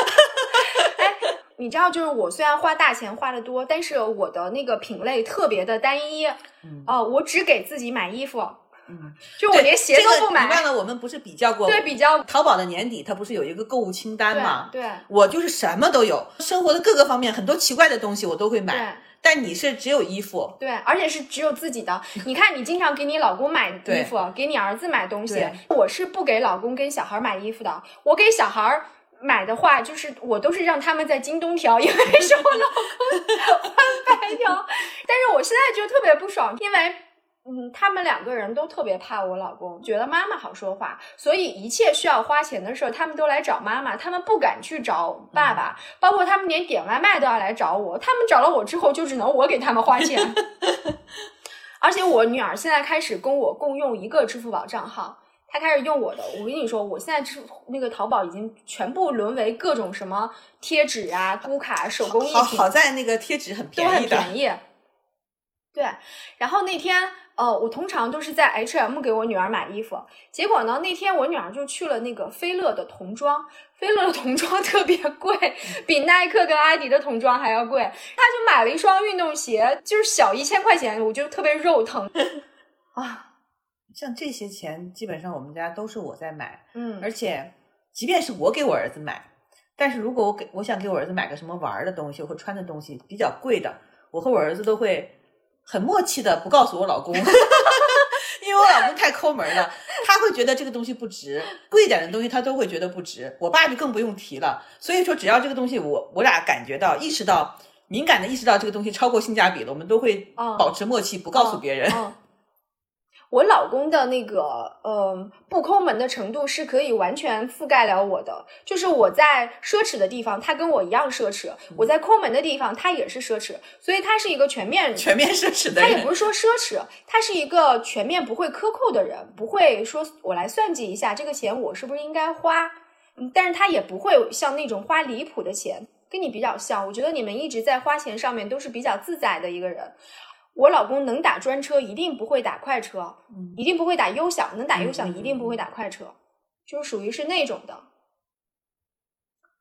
你知道，就是我虽然花大钱花的多，但是我的那个品类特别的单一。我只给自己买衣服。就我连鞋都不买。 明白了，我们不是比较过？ 对，比较。 淘宝的年底它不是有一个购物清单吗？ 对， 我就是什么都有，生活的各个方面很多奇怪的东西我都会买。但你是只有衣服。 对，而且是只有自己的。你看你经常给你老公买衣服，给你儿子买东西，我是不给老公跟小孩买衣服的。我给小孩买的话，就是我都是让他们在京东挑，因为是我老公换白条。但是我现在就特别不爽，因为他们两个人都特别怕我老公，觉得妈妈好说话，所以一切需要花钱的事他们都来找妈妈，他们不敢去找爸爸，包括他们连点外卖都要来找我，他们找了我之后就只能我给他们花钱。而且我女儿现在开始跟我共用一个支付宝账号，她开始用我的。我跟你说，我现在那个淘宝已经全部沦为各种什么贴纸啊、咕卡、手工艺品。 好在那个贴纸很便宜的， 都很便宜。对，然后那天我通常都是在 H&M 给我女儿买衣服，结果呢那天我女儿就去了那个菲乐的童装，菲乐的童装特别贵，比耐克跟阿迪的童装还要贵，她就买了一双运动鞋，就是小1000块钱，我就特别肉疼啊。 像这些钱基本上我们家都是我在买，而且即便是我给我儿子买，但是如果我想给我儿子买个什么玩的东西或穿的东西比较贵的，我和我儿子都会很默契的不告诉我老公。因为我老公太抠门了，他会觉得这个东西不值，贵一点的东西他都会觉得不值，我爸就更不用提了。所以说只要这个东西我俩感觉到敏感的意识到这个东西超过性价比了，我们都会保持默契，不告诉别人。 我老公的那个不抠门的程度是可以完全覆盖了我的，就是我在奢侈的地方他跟我一样奢侈，我在抠门的地方他也是奢侈，所以他是一个全面奢侈的人。 他也不是说奢侈，他是一个全面不会克扣的人，不会说我来算计一下这个钱我是不是应该花，但是他也不会像那种花离谱的钱，跟你比较像。我觉得你们一直在花钱上面都是比较自在的一个人。我老公能打专车，一定不会打快车，一定不会打优享，能打优享一定不会打快车，就是属于是那种的。还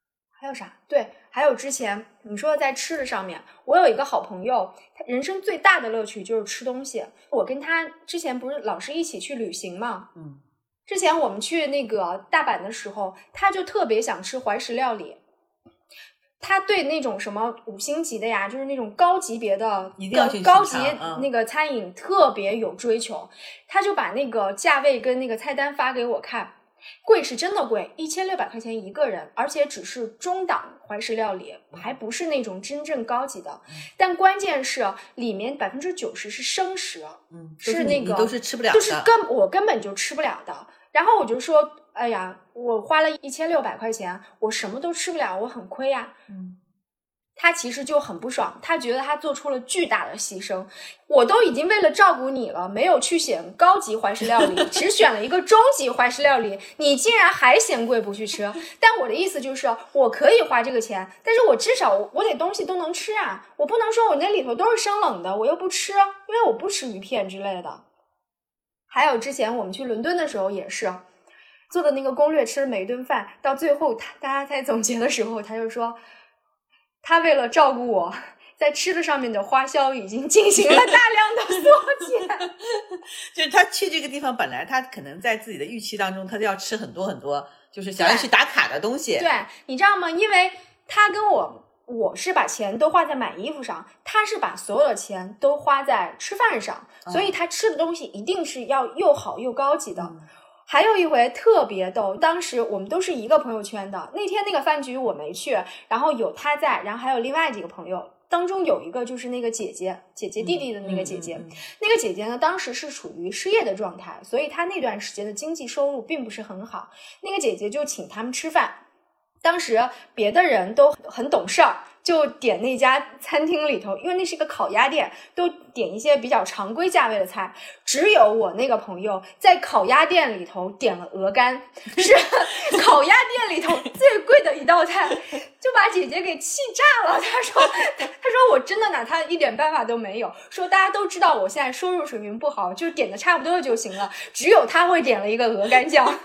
还有啥？对，还有之前你说的在吃的上面，我有一个好朋友，他人生最大的乐趣就是吃东西。我跟他之前不是老是一起去旅行嘛，之前我们去那个大阪的时候，他就特别想吃怀石料理。他对那种什么5星级的呀，就是那种高级别的一定要去高级那个餐饮特别有追求，他就把那个价位跟那个菜单发给我看。贵是真的贵，1600块钱一个人，而且只是中档怀石料理，还不是那种真正高级的。但关键是里面90%是生食，是那个你都是吃不了的， 就是我根本就吃不了的。然后我就说，哎呀，我花了1600块钱，我什么都吃不了，我很亏呀。他其实就很不爽，他觉得他做出了巨大的牺牲。我都已经为了照顾你了，没有去选高级怀石料理，只选了一个中级怀石料理，你竟然还嫌贵不去吃。但我的意思就是，我可以花这个钱，但是我至少我得东西都能吃啊，我不能说我那里头都是生冷的，我又不吃，因为我不吃鱼片之类的。还有之前我们去伦敦的时候也是做的那个攻略，吃了每一顿饭，到最后大家在总结的时候，他就说他为了照顾我，在吃的上面的花销已经进行了大量的缩减。 就是他去这个地方，本来他可能在自己的预期当中，他就要吃很多很多，就是想要去打卡的东西。 对，你知道吗？因为他跟我是把钱都花在买衣服上，他是把所有的钱都花在吃饭上，所以他吃的东西一定是要又好又高级的。还有一回特别逗，当时我们都是一个朋友圈的，那天那个饭局我没去，然后有他在，然后还有另外几个朋友，当中有一个就是那个姐姐弟弟的那个姐姐，那个姐姐呢当时是处于失业的状态，所以她那段时间的经济收入并不是很好。那个姐姐就请他们吃饭，当时别的人都很懂事儿，就点那家餐厅里头，因为那是一个烤鸭店，都点一些比较常规价位的菜，只有我那个朋友在烤鸭店里头点了鹅肝，是烤鸭店里头最贵的一道菜，就把姐姐给气炸了。她说我真的拿她一点办法都没有，说大家都知道我现在收入水平不好，就点的差不多就行了，只有她会点了一个鹅肝酱。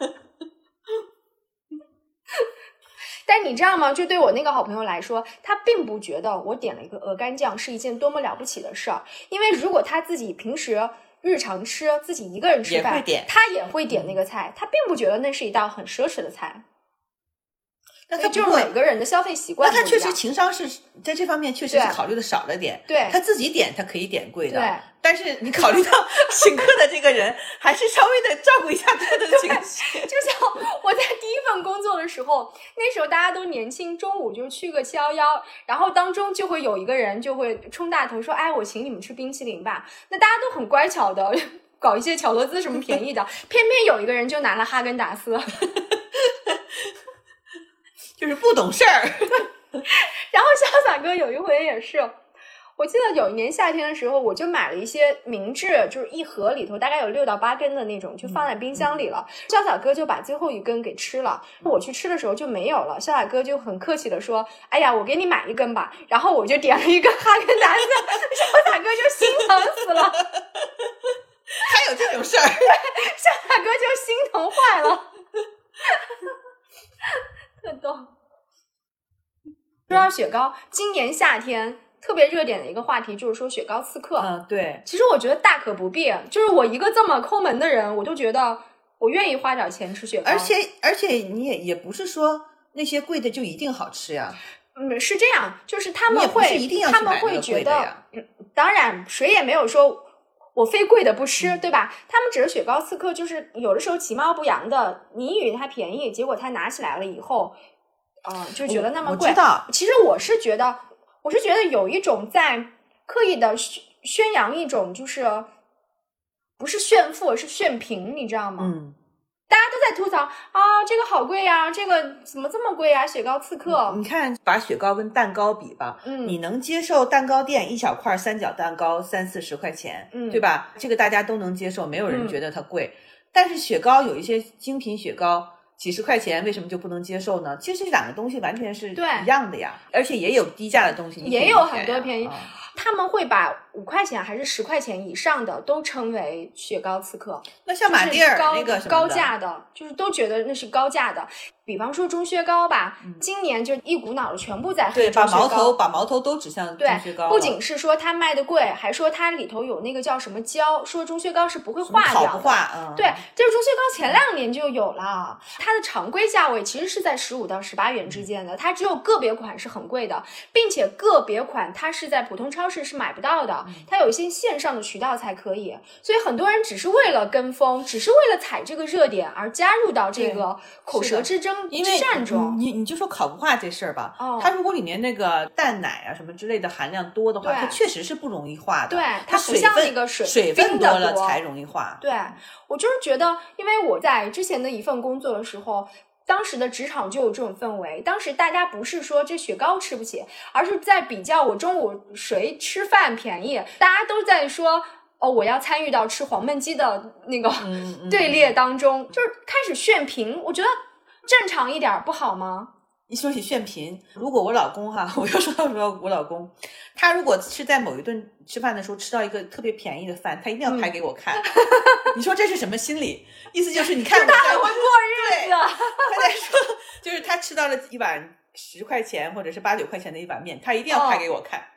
但你知道吗？就对我那个好朋友来说，他并不觉得我点了一个鹅肝酱是一件多么了不起的事儿，因为如果他自己平时日常吃，自己一个人吃饭，他也会点那个菜，他并不觉得那是一道很奢侈的菜。 那他就是每个人的消费习惯不一样， 那他确实情商是在这方面确实是考虑的少了点。 对， 他自己点他可以点贵的， 对， 但是你考虑到请客的这个人，还是稍微的照顾一下他的情绪。 就像我在第一份工作的时候，那时候大家都年轻，中午就去个711，然后当中就会有一个人就会冲大头说：“哎，我请你们吃冰淇淋吧。”那大家都很乖巧的搞一些巧乐兹什么便宜的，偏偏有一个人就拿了哈根达斯。 就是不懂事儿。 然后潇洒哥有一回也是，我记得有一年夏天的时候，我就买了一些明治，就是一盒里头大概有6到8根的那种，就放在冰箱里了。潇洒哥就把最后一根给吃了，我去吃的时候就没有了。潇洒哥就很客气的说：“哎呀，我给你买一根吧。”然后我就点了一根哈根达斯，潇洒哥就心疼死了。 还有这种事儿？ 潇洒哥就心疼坏了。特逗。说到雪糕，今年夏天特别热点的一个话题就是说雪糕刺客。 对。 其实我觉得大可不必，就是我一个这么抠门的人，我就觉得我愿意花点钱吃雪糕。 而且你也不是说那些贵的就一定好吃呀。 是这样，就是他们会觉得，当然谁也没有说我非贵的不吃，对吧？他们只是雪糕刺客，就是有的时候其貌不扬的，你以为它便宜，结果他拿起来了以后，就觉得那么贵。 我知道， 其实我是觉得有一种在刻意的宣扬一种，就是不是炫富，是炫贫，你知道吗？大家都在吐槽啊，这个好贵呀，这个怎么这么贵呀？雪糕刺客， 你看，把雪糕跟蛋糕比吧，你能接受蛋糕店一小块三角蛋糕30-40块钱，对吧？这个大家都能接受，没有人觉得它贵。但是雪糕有一些精品雪糕几十块钱，为什么就不能接受呢？其实这两个东西完全是一样的呀，而且也有低价的东西， 也有很多便宜。 他们会把5块钱还是10块钱以上的都称为雪糕刺客。 那像马迭尔那个什么高价的，就是都觉得那是高价的。比方说钟薛高吧，今年就一股脑的全部在黑钟薛高， 把矛头都指向钟薛高。 不仅是说它卖的贵，还说它里头有那个叫什么胶，说钟薛高是不会化掉的。 烤不化， 对，这个钟薛高前2年就有了，它的常规价位其实是在15到18元之间的，它只有个别款是很贵的，并且个别款它是在普通超市是买不到的，它有一些线上的渠道才可以。所以很多人只是为了跟风，只是为了踩这个热点而加入到这个口舌之争之战中。 你就说烤不化这事儿吧，它如果里面那个蛋奶啊什么之类的含量多的话，它确实是不容易化的。 对，它不像那个水分多了才容易化。 对，我就是觉得，因为我在之前的一份工作的时候，当时的职场就有这种氛围。当时大家不是说这雪糕吃不起，而是在比较我中午谁吃饭便宜，大家都在说我要参与到吃黄焖鸡的那个队列当中，就是开始炫贫。我觉得正常一点不好吗？ 一说起炫贫，如果我老公我又说到我老公，他如果是在某一顿吃饭的时候吃到一个特别便宜的饭，他一定要拍给我看。你说这是什么心理？意思就是你看我他还会过日子。 他在说，就是他吃到了一碗10块钱或者是8、9块钱的一碗面，他一定要拍给我看。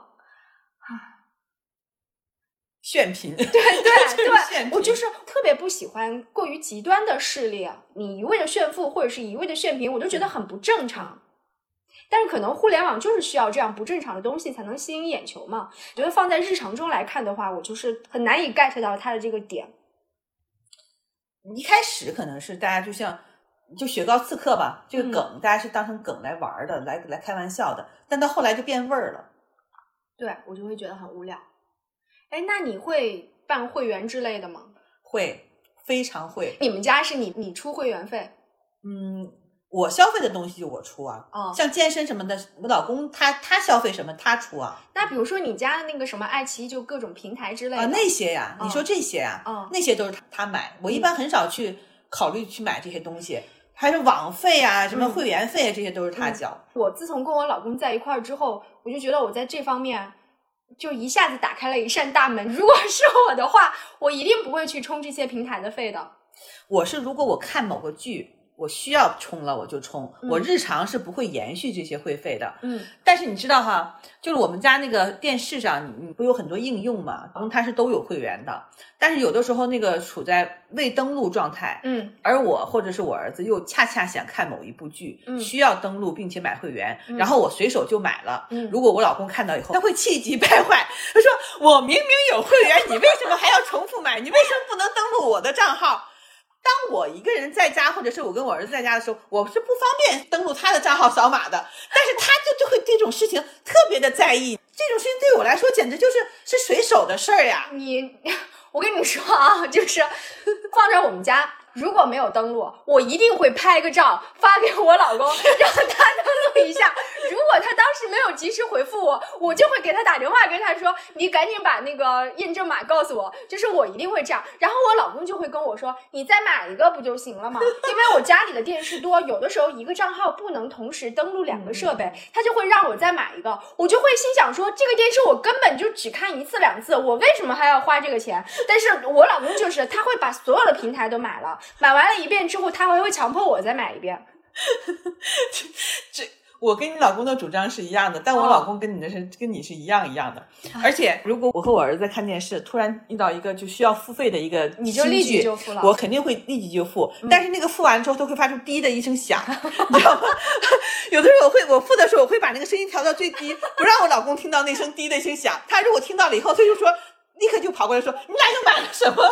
炫贫。对， 我就是特别不喜欢过于极端的势力，你一味的炫富或者是一味的炫贫，我就觉得很不正常。但是可能互联网就是需要这样不正常的东西才能吸引眼球嘛。我觉得放在日常中来看的话，我就是很难以 get 到它的这个点。 一开始可能是大家就雪糕刺客吧，这个梗大家是当成梗来玩的，来开玩笑的，但到后来就变味儿了。 对，我就会觉得很无聊。那你会办会员之类的吗？ 会，非常会。 你们家是你出会员费？ 我消费的东西就我出啊。像健身什么的，我老公他消费什么他出啊。 那比如说你家的那个什么爱奇艺，就各种平台之类的那些呀，你说这些呀，那些都是他买。我一般很少去考虑去买这些东西，还是网费啊，什么会员费啊，这些都是他交。 我自从跟我老公在一块儿之后，我就觉得我在这方面就一下子打开了一扇大门。如果是我的话，我一定不会去充这些平台的费的。如果我看某个剧，我需要充了我就充，我日常是不会延续这些会费的。但是你知道哈，就是我们家那个电视上你不有很多应用嘛，它是都有会员的，但是有的时候那个处在未登录状态，而我或者是我儿子又恰恰想看某一部剧，需要登录并且买会员，然后我随手就买了。如果我老公看到以后，他会气急败坏，他说我明明有会员，你为什么还要重复买？你为什么不能登录我的账号？当我一个人在家，或者是我跟我儿子在家的时候，我是不方便登录他的账号扫码的，但是他就会这种事情特别的在意，这种事情对我来说简直是随手的事儿呀。 我跟你说啊，就是放在我们家，如果没有登录，我一定会拍个照发给我老公，让他登录一下。如果他当时没有及时回复我，我就会给他打电话跟他说，你赶紧把那个验证码告诉我，就是我一定会这样。然后我老公就会跟我说，你再买一个不就行了吗？因为我家里的电视多，有的时候一个账号不能同时登录2个设备，他就会让我再买一个。我就会心想说，这个电视我根本就只看1次2次，我为什么还要花这个钱？但是我老公就是他会把所有的平台都买了，买完了一遍之后，他还会强迫我再买一遍。 我跟你老公的主张是一样的，但我老公跟你是一样的。而且如果我和我儿子在看电视，突然遇到一个就需要付费的一个你就立即就付了， 我肯定会立即就付。但是那个付完之后都会发出滴的一声响，你知道吗？有的时候我付的时候我会把那个声音调到最低，不让我老公听到那声滴的一声响。他如果听到了以后，他就说立刻就跑过来说，你俩又买了什么？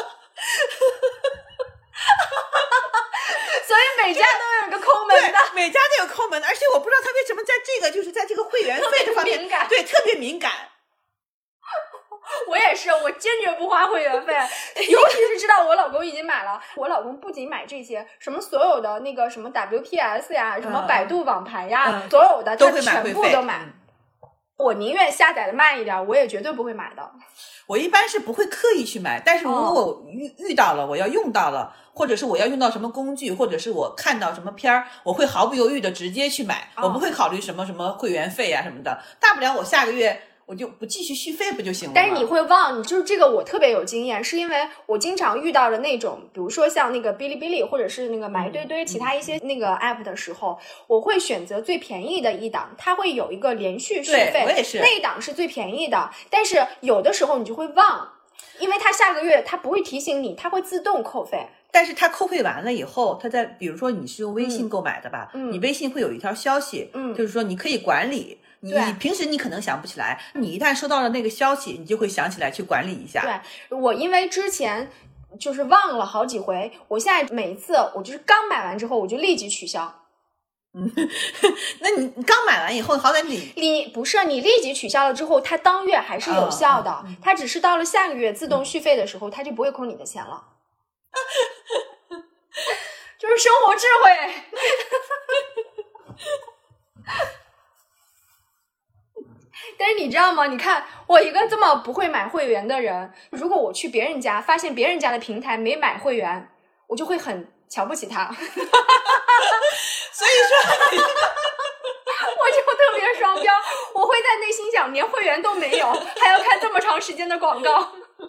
所以每家都有一个抠门的， 对，每家都有抠门的，而且我不知道他为什么在这个会员费这方面对特别敏感。 我也是，我坚决不花会员费，尤其是知道我老公已经买了。我老公不仅买这些，什么所有的那个什么 WPS 呀，什么百度网盘呀，所有的他全部都买。我宁愿下载的慢一点，我也绝对不会买的。 我一般是不会刻意去买，但是如果我遇到了，我要用到了，或者是我要用到什么工具，或者是我看到什么片儿，我会毫不犹豫的直接去买，我不会考虑什么会员费啊什么的。大不了我下个月我就不继续续费不就行了吗？ 但是你会忘，你就是这个我特别有经验，是因为我经常遇到的那种，比如说像那个哔哩哔哩或者是那个买堆堆其他一些那个 app 的时候，我会选择最便宜的一档，它会有一个连续续费， 对，我也是， 那一档是最便宜的，但是有的时候你就会忘，因为它下个月它不会提醒你，它会自动扣费。 但是它扣费完了以后，它在比如说你是用微信购买的吧，你微信会有一条消息，就是说你可以管理。你平时你可能想不起来，你一旦收到了那个消息，你就会想起来去管理一下。 对，我因为之前就是忘了好几回，我现在每一次我就是刚买完之后我就立即取消。 那你刚买完以后，好歹你不是你立即取消了之后，它当月还是有效的，它只是到了下个月自动续费的时候，它就不会扣你的钱了。就是生活智慧。但是你知道吗？你看我一个这么不会买会员的人，如果我去别人家发现别人家的平台没买会员，我就会很瞧不起他。所以说我就特别双标，我会在内心想，连会员都没有，还要看这么长时间的广告。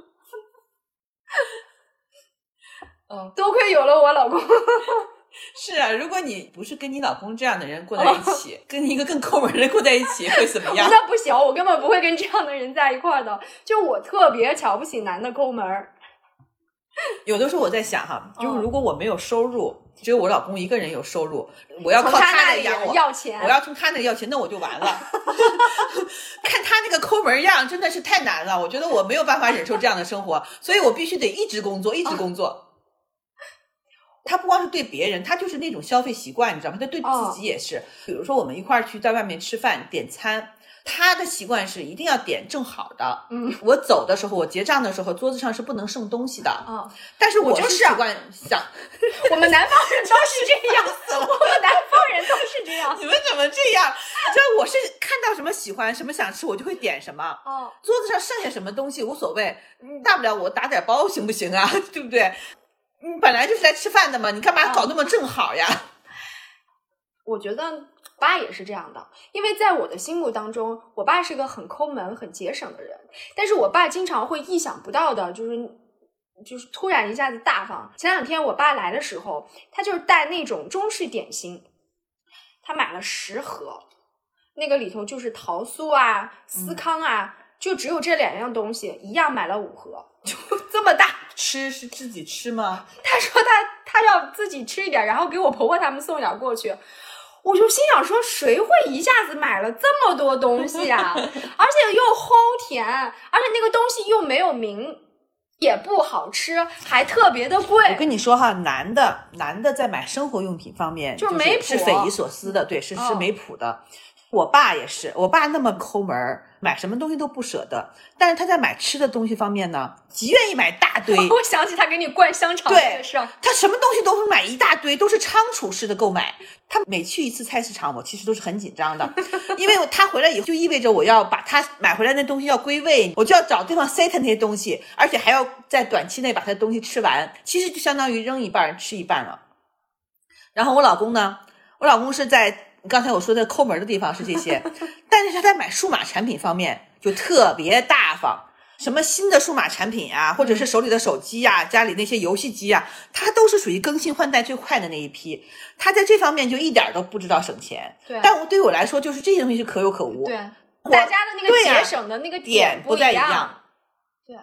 多亏有了我老公。 是啊，如果你不是跟你老公这样的人过在一起，跟一个更抠门的人过在一起会怎么样？ 那不行，我根本不会跟这样的人在一块的。就我特别瞧不起男的抠门。 有的时候我在想哈，就是如果我没有收入，只有我老公一个人有收入，我要靠他来养我， 要钱， 我要从他那里要钱，那我就完了。看他那个抠门样真的是太难了，我觉得我没有办法忍受这样的生活，所以我必须得一直工作，一直工作。他不光是对别人，他就是那种消费习惯，你知道吗？他对自己也是。比如说我们一块儿去在外面吃饭点餐，他的习惯是一定要点正好的。我走的时候，我结账的时候，桌子上是不能剩东西的。但是我是习惯想， 我们南方人都是这样，我们南方人都是这样。 你们怎么这样？你知道我是看到什么喜欢什么想吃，我就会点什么。桌子上剩下什么东西无所谓，大不了我打点包行不行啊？对不对？你本来就是来吃饭的嘛，你干嘛搞那么正好呀？ 我觉得爸也是这样的，因为在我的心目当中，我爸是个很抠门、很节省的人，但是我爸经常会意想不到的，就是突然一下子大方。前两天我爸来的时候，他就是带那种中式点心，他买了10盒，那个里头就是桃酥啊、司康啊，就只有这2样东西，一样买了5盒，就这么大。 吃是自己吃吗？ 他说他要自己吃一点，然后给我婆婆他们送点过去。我就心想说，谁会一下子买了这么多东西啊？而且又齁甜，而且那个东西又没有名，也不好吃，还特别的贵。 我跟你说哈，男的在买生活用品方面就是没谱， 是匪夷所思的，对，是没谱的。我爸也是，我爸那么抠门，买什么东西都不舍得，但是他在买吃的东西方面呢，极愿意买大堆。 我想起他给你灌香肠这个事儿， 他什么东西都是买一大堆，都是仓储式的购买。他每去一次菜市场，我其实都是很紧张的，因为他回来以后就意味着我要把他买回来那东西要归位，我就要找地方塞他那些东西，而且还要在短期内把他的东西吃完，其实就相当于扔一半吃一半了。然后我老公呢，我老公是在刚才我说的抠门的地方是这些，但是他在买数码产品方面就特别大方，什么新的数码产品啊，或者是手里的手机啊，家里那些游戏机啊，他都是属于更新换代最快的那一批，他在这方面就一点都不知道省钱。 对， 但对我来说，就是这些东西是可有可无。 对，大家的那个节省的那个点不太一样。 对。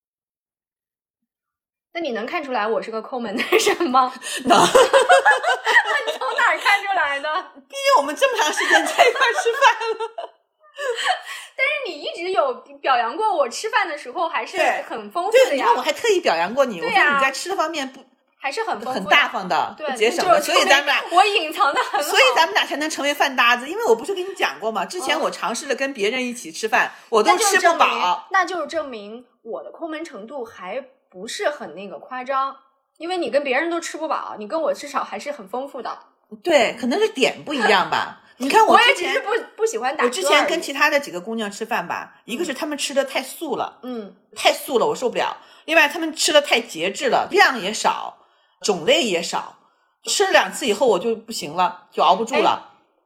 那你能看出来我是个抠门的人吗？ 能。 那你从哪儿看出来的？ 毕竟我们这么长时间在一块吃饭了。 但是你一直有表扬过我吃饭的时候还是很丰富的呀。 对，你看我还特意表扬过你， 对我说你在吃的方面不还是很丰富很大方的， 对， 不节省的，所以咱们俩我隐藏的很好， 所以咱们俩才能成为饭搭子。因为我不是跟你讲过吗？之前我尝试着跟别人一起吃饭，我都吃不饱， 那就是证明我的抠门程度还不是很那个夸张。因为你跟别人都吃不饱，你跟我至少还是很丰富的。 对，可能是点不一样吧。你看我也只是不喜欢打车。 我之前跟其他的几个姑娘吃饭吧，一个是她们吃的太素了，太素了我受不了。另外她们吃的太节制了，量也少，种类也少，吃了2次以后我就不行了，就熬不住了。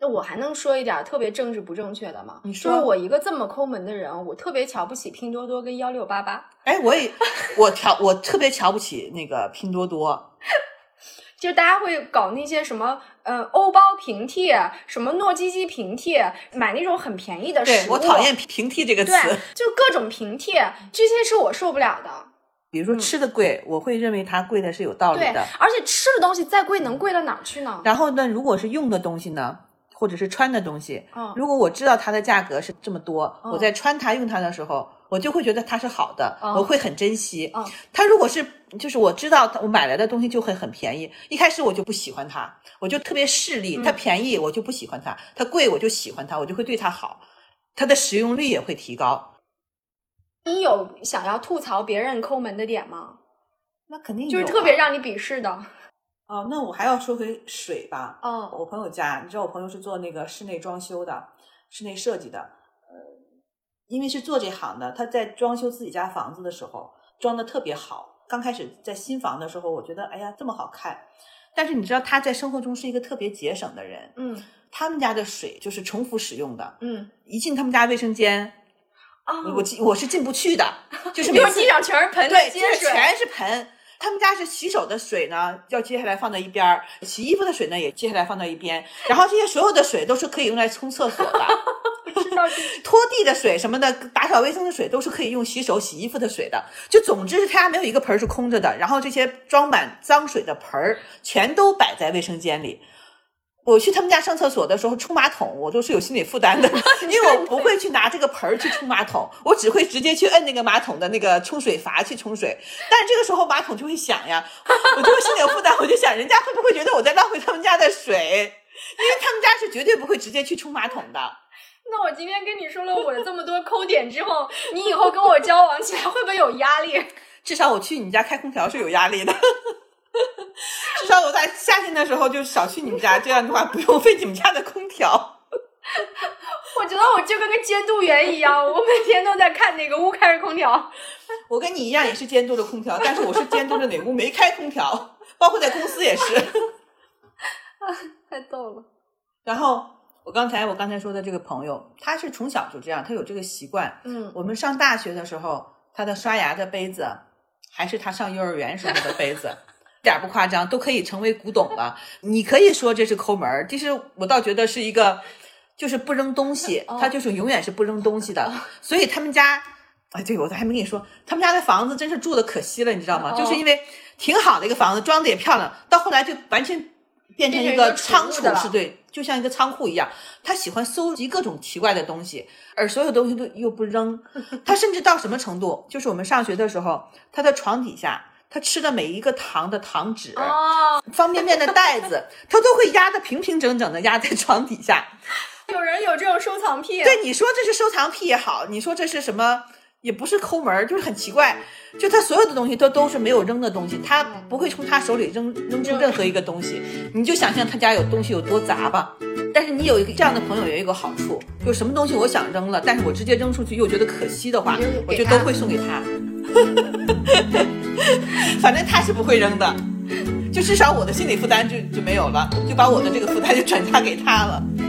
我还能说一点特别政治不正确的吗？ 你说， 就是我一个这么抠门的人，我特别瞧不起拼多多跟1688。 哎，我特别瞧不起那个拼多多。 就大家会搞那些什么欧包平替，什么糯叽叽平替，买那种很便宜的食物。 对，我讨厌平替这个词。 对，就各种平替，这些是我受不了的。 比如说吃的贵，我会认为它贵的是有道理的。 对，而且吃的东西再贵能贵到哪儿去呢？ 然后呢，如果是用的东西呢，或者是穿的东西，如果我知道它的价格是这么多，我在穿它用它的时候，我就会觉得它是好的，我会很珍惜。它如果是就是我知道我买来的东西就会很便宜，一开始我就不喜欢它，我就特别势利，它便宜我就不喜欢它，它贵我就喜欢它，我就会对它好，它的使用率也会提高。 你有想要吐槽别人抠门的点吗？ 那肯定有， 就是特别让你鄙视的。 那我还要说回水吧。我朋友家，你知道我朋友是做那个室内装修的，室内设计的。因为是做这行的，他在装修自己家房子的时候装的特别好。刚开始在新房的时候，我觉得哎呀这么好看。但是你知道他在生活中是一个特别节省的人。他们家的水就是重复使用的。一进他们家卫生间。我是进不去的，就是每次地上全是盆， 对，就是全是盆。他们家是洗手的水呢，要接下来放到一边，洗衣服的水呢也接下来放到一边，然后这些所有的水都是可以用来冲厕所的。拖地的水什么的，打扫卫生的水都是可以用洗手洗衣服的水的。就总之是他家没有一个盆是空着的，然后这些装满脏水的盆全都摆在卫生间里。我去他们家上厕所的时候冲马桶，我都是有心理负担的，因为我不会去拿这个盆去冲马桶，我只会直接去摁那个马桶的那个冲水阀去冲水。但是这个时候马桶就会响呀，我就会心里有负担，我就想人家会不会觉得我在浪费他们家的水，因为他们家是绝对不会直接去冲马桶的。 那我今天跟你说了我的这么多抠点之后，你以后跟我交往起来会不会有压力？ 至少我去你家开空调是有压力的。至少我在夏天的时候就少去你们家，这样的话不用费你们家的空调。 我觉得我就跟个监督员一样，我每天都在看哪个屋开着空调。 我跟你一样也是监督着空调，但是我是监督着哪屋没开空调，包括在公司也是。 太逗了。 然后我刚才说的这个朋友，他是从小就这样，他有这个习惯。我们上大学的时候，他的刷牙的杯子还是他上幼儿园时候的杯子。一点不夸张，都可以成为古董了。你可以说这是抠门，其实我倒觉得是一个就是不扔东西，他就是永远是不扔东西的。所以他们家对，我还没跟你说，他们家的房子真是住的可惜了，你知道吗？就是因为挺好的一个房子，装的也漂亮，到后来就完全变成一个仓储式，对，就像一个仓库一样。他喜欢搜集各种奇怪的东西，而所有东西都又不扔。他甚至到什么程度，就是我们上学的时候，他的床底下他吃的每一个糖的糖纸，方便面的袋子，他都会压得平平整整的压在床底下。 有人有这种收藏癖。 对，你说这是收藏癖也好，你说这是什么也不是抠门，就是很奇怪。就他所有的东西都是没有扔的东西，他不会从他手里扔出任何一个东西。你就想象他家有东西有多杂吧。但是你有一个这样的朋友有一个好处，就什么东西我想扔了，但是我直接扔出去又觉得可惜的话，我就都会送给他。反正他是不会扔的，就至少我的心理负担就没有了，就把我的这个负担就转嫁给他了。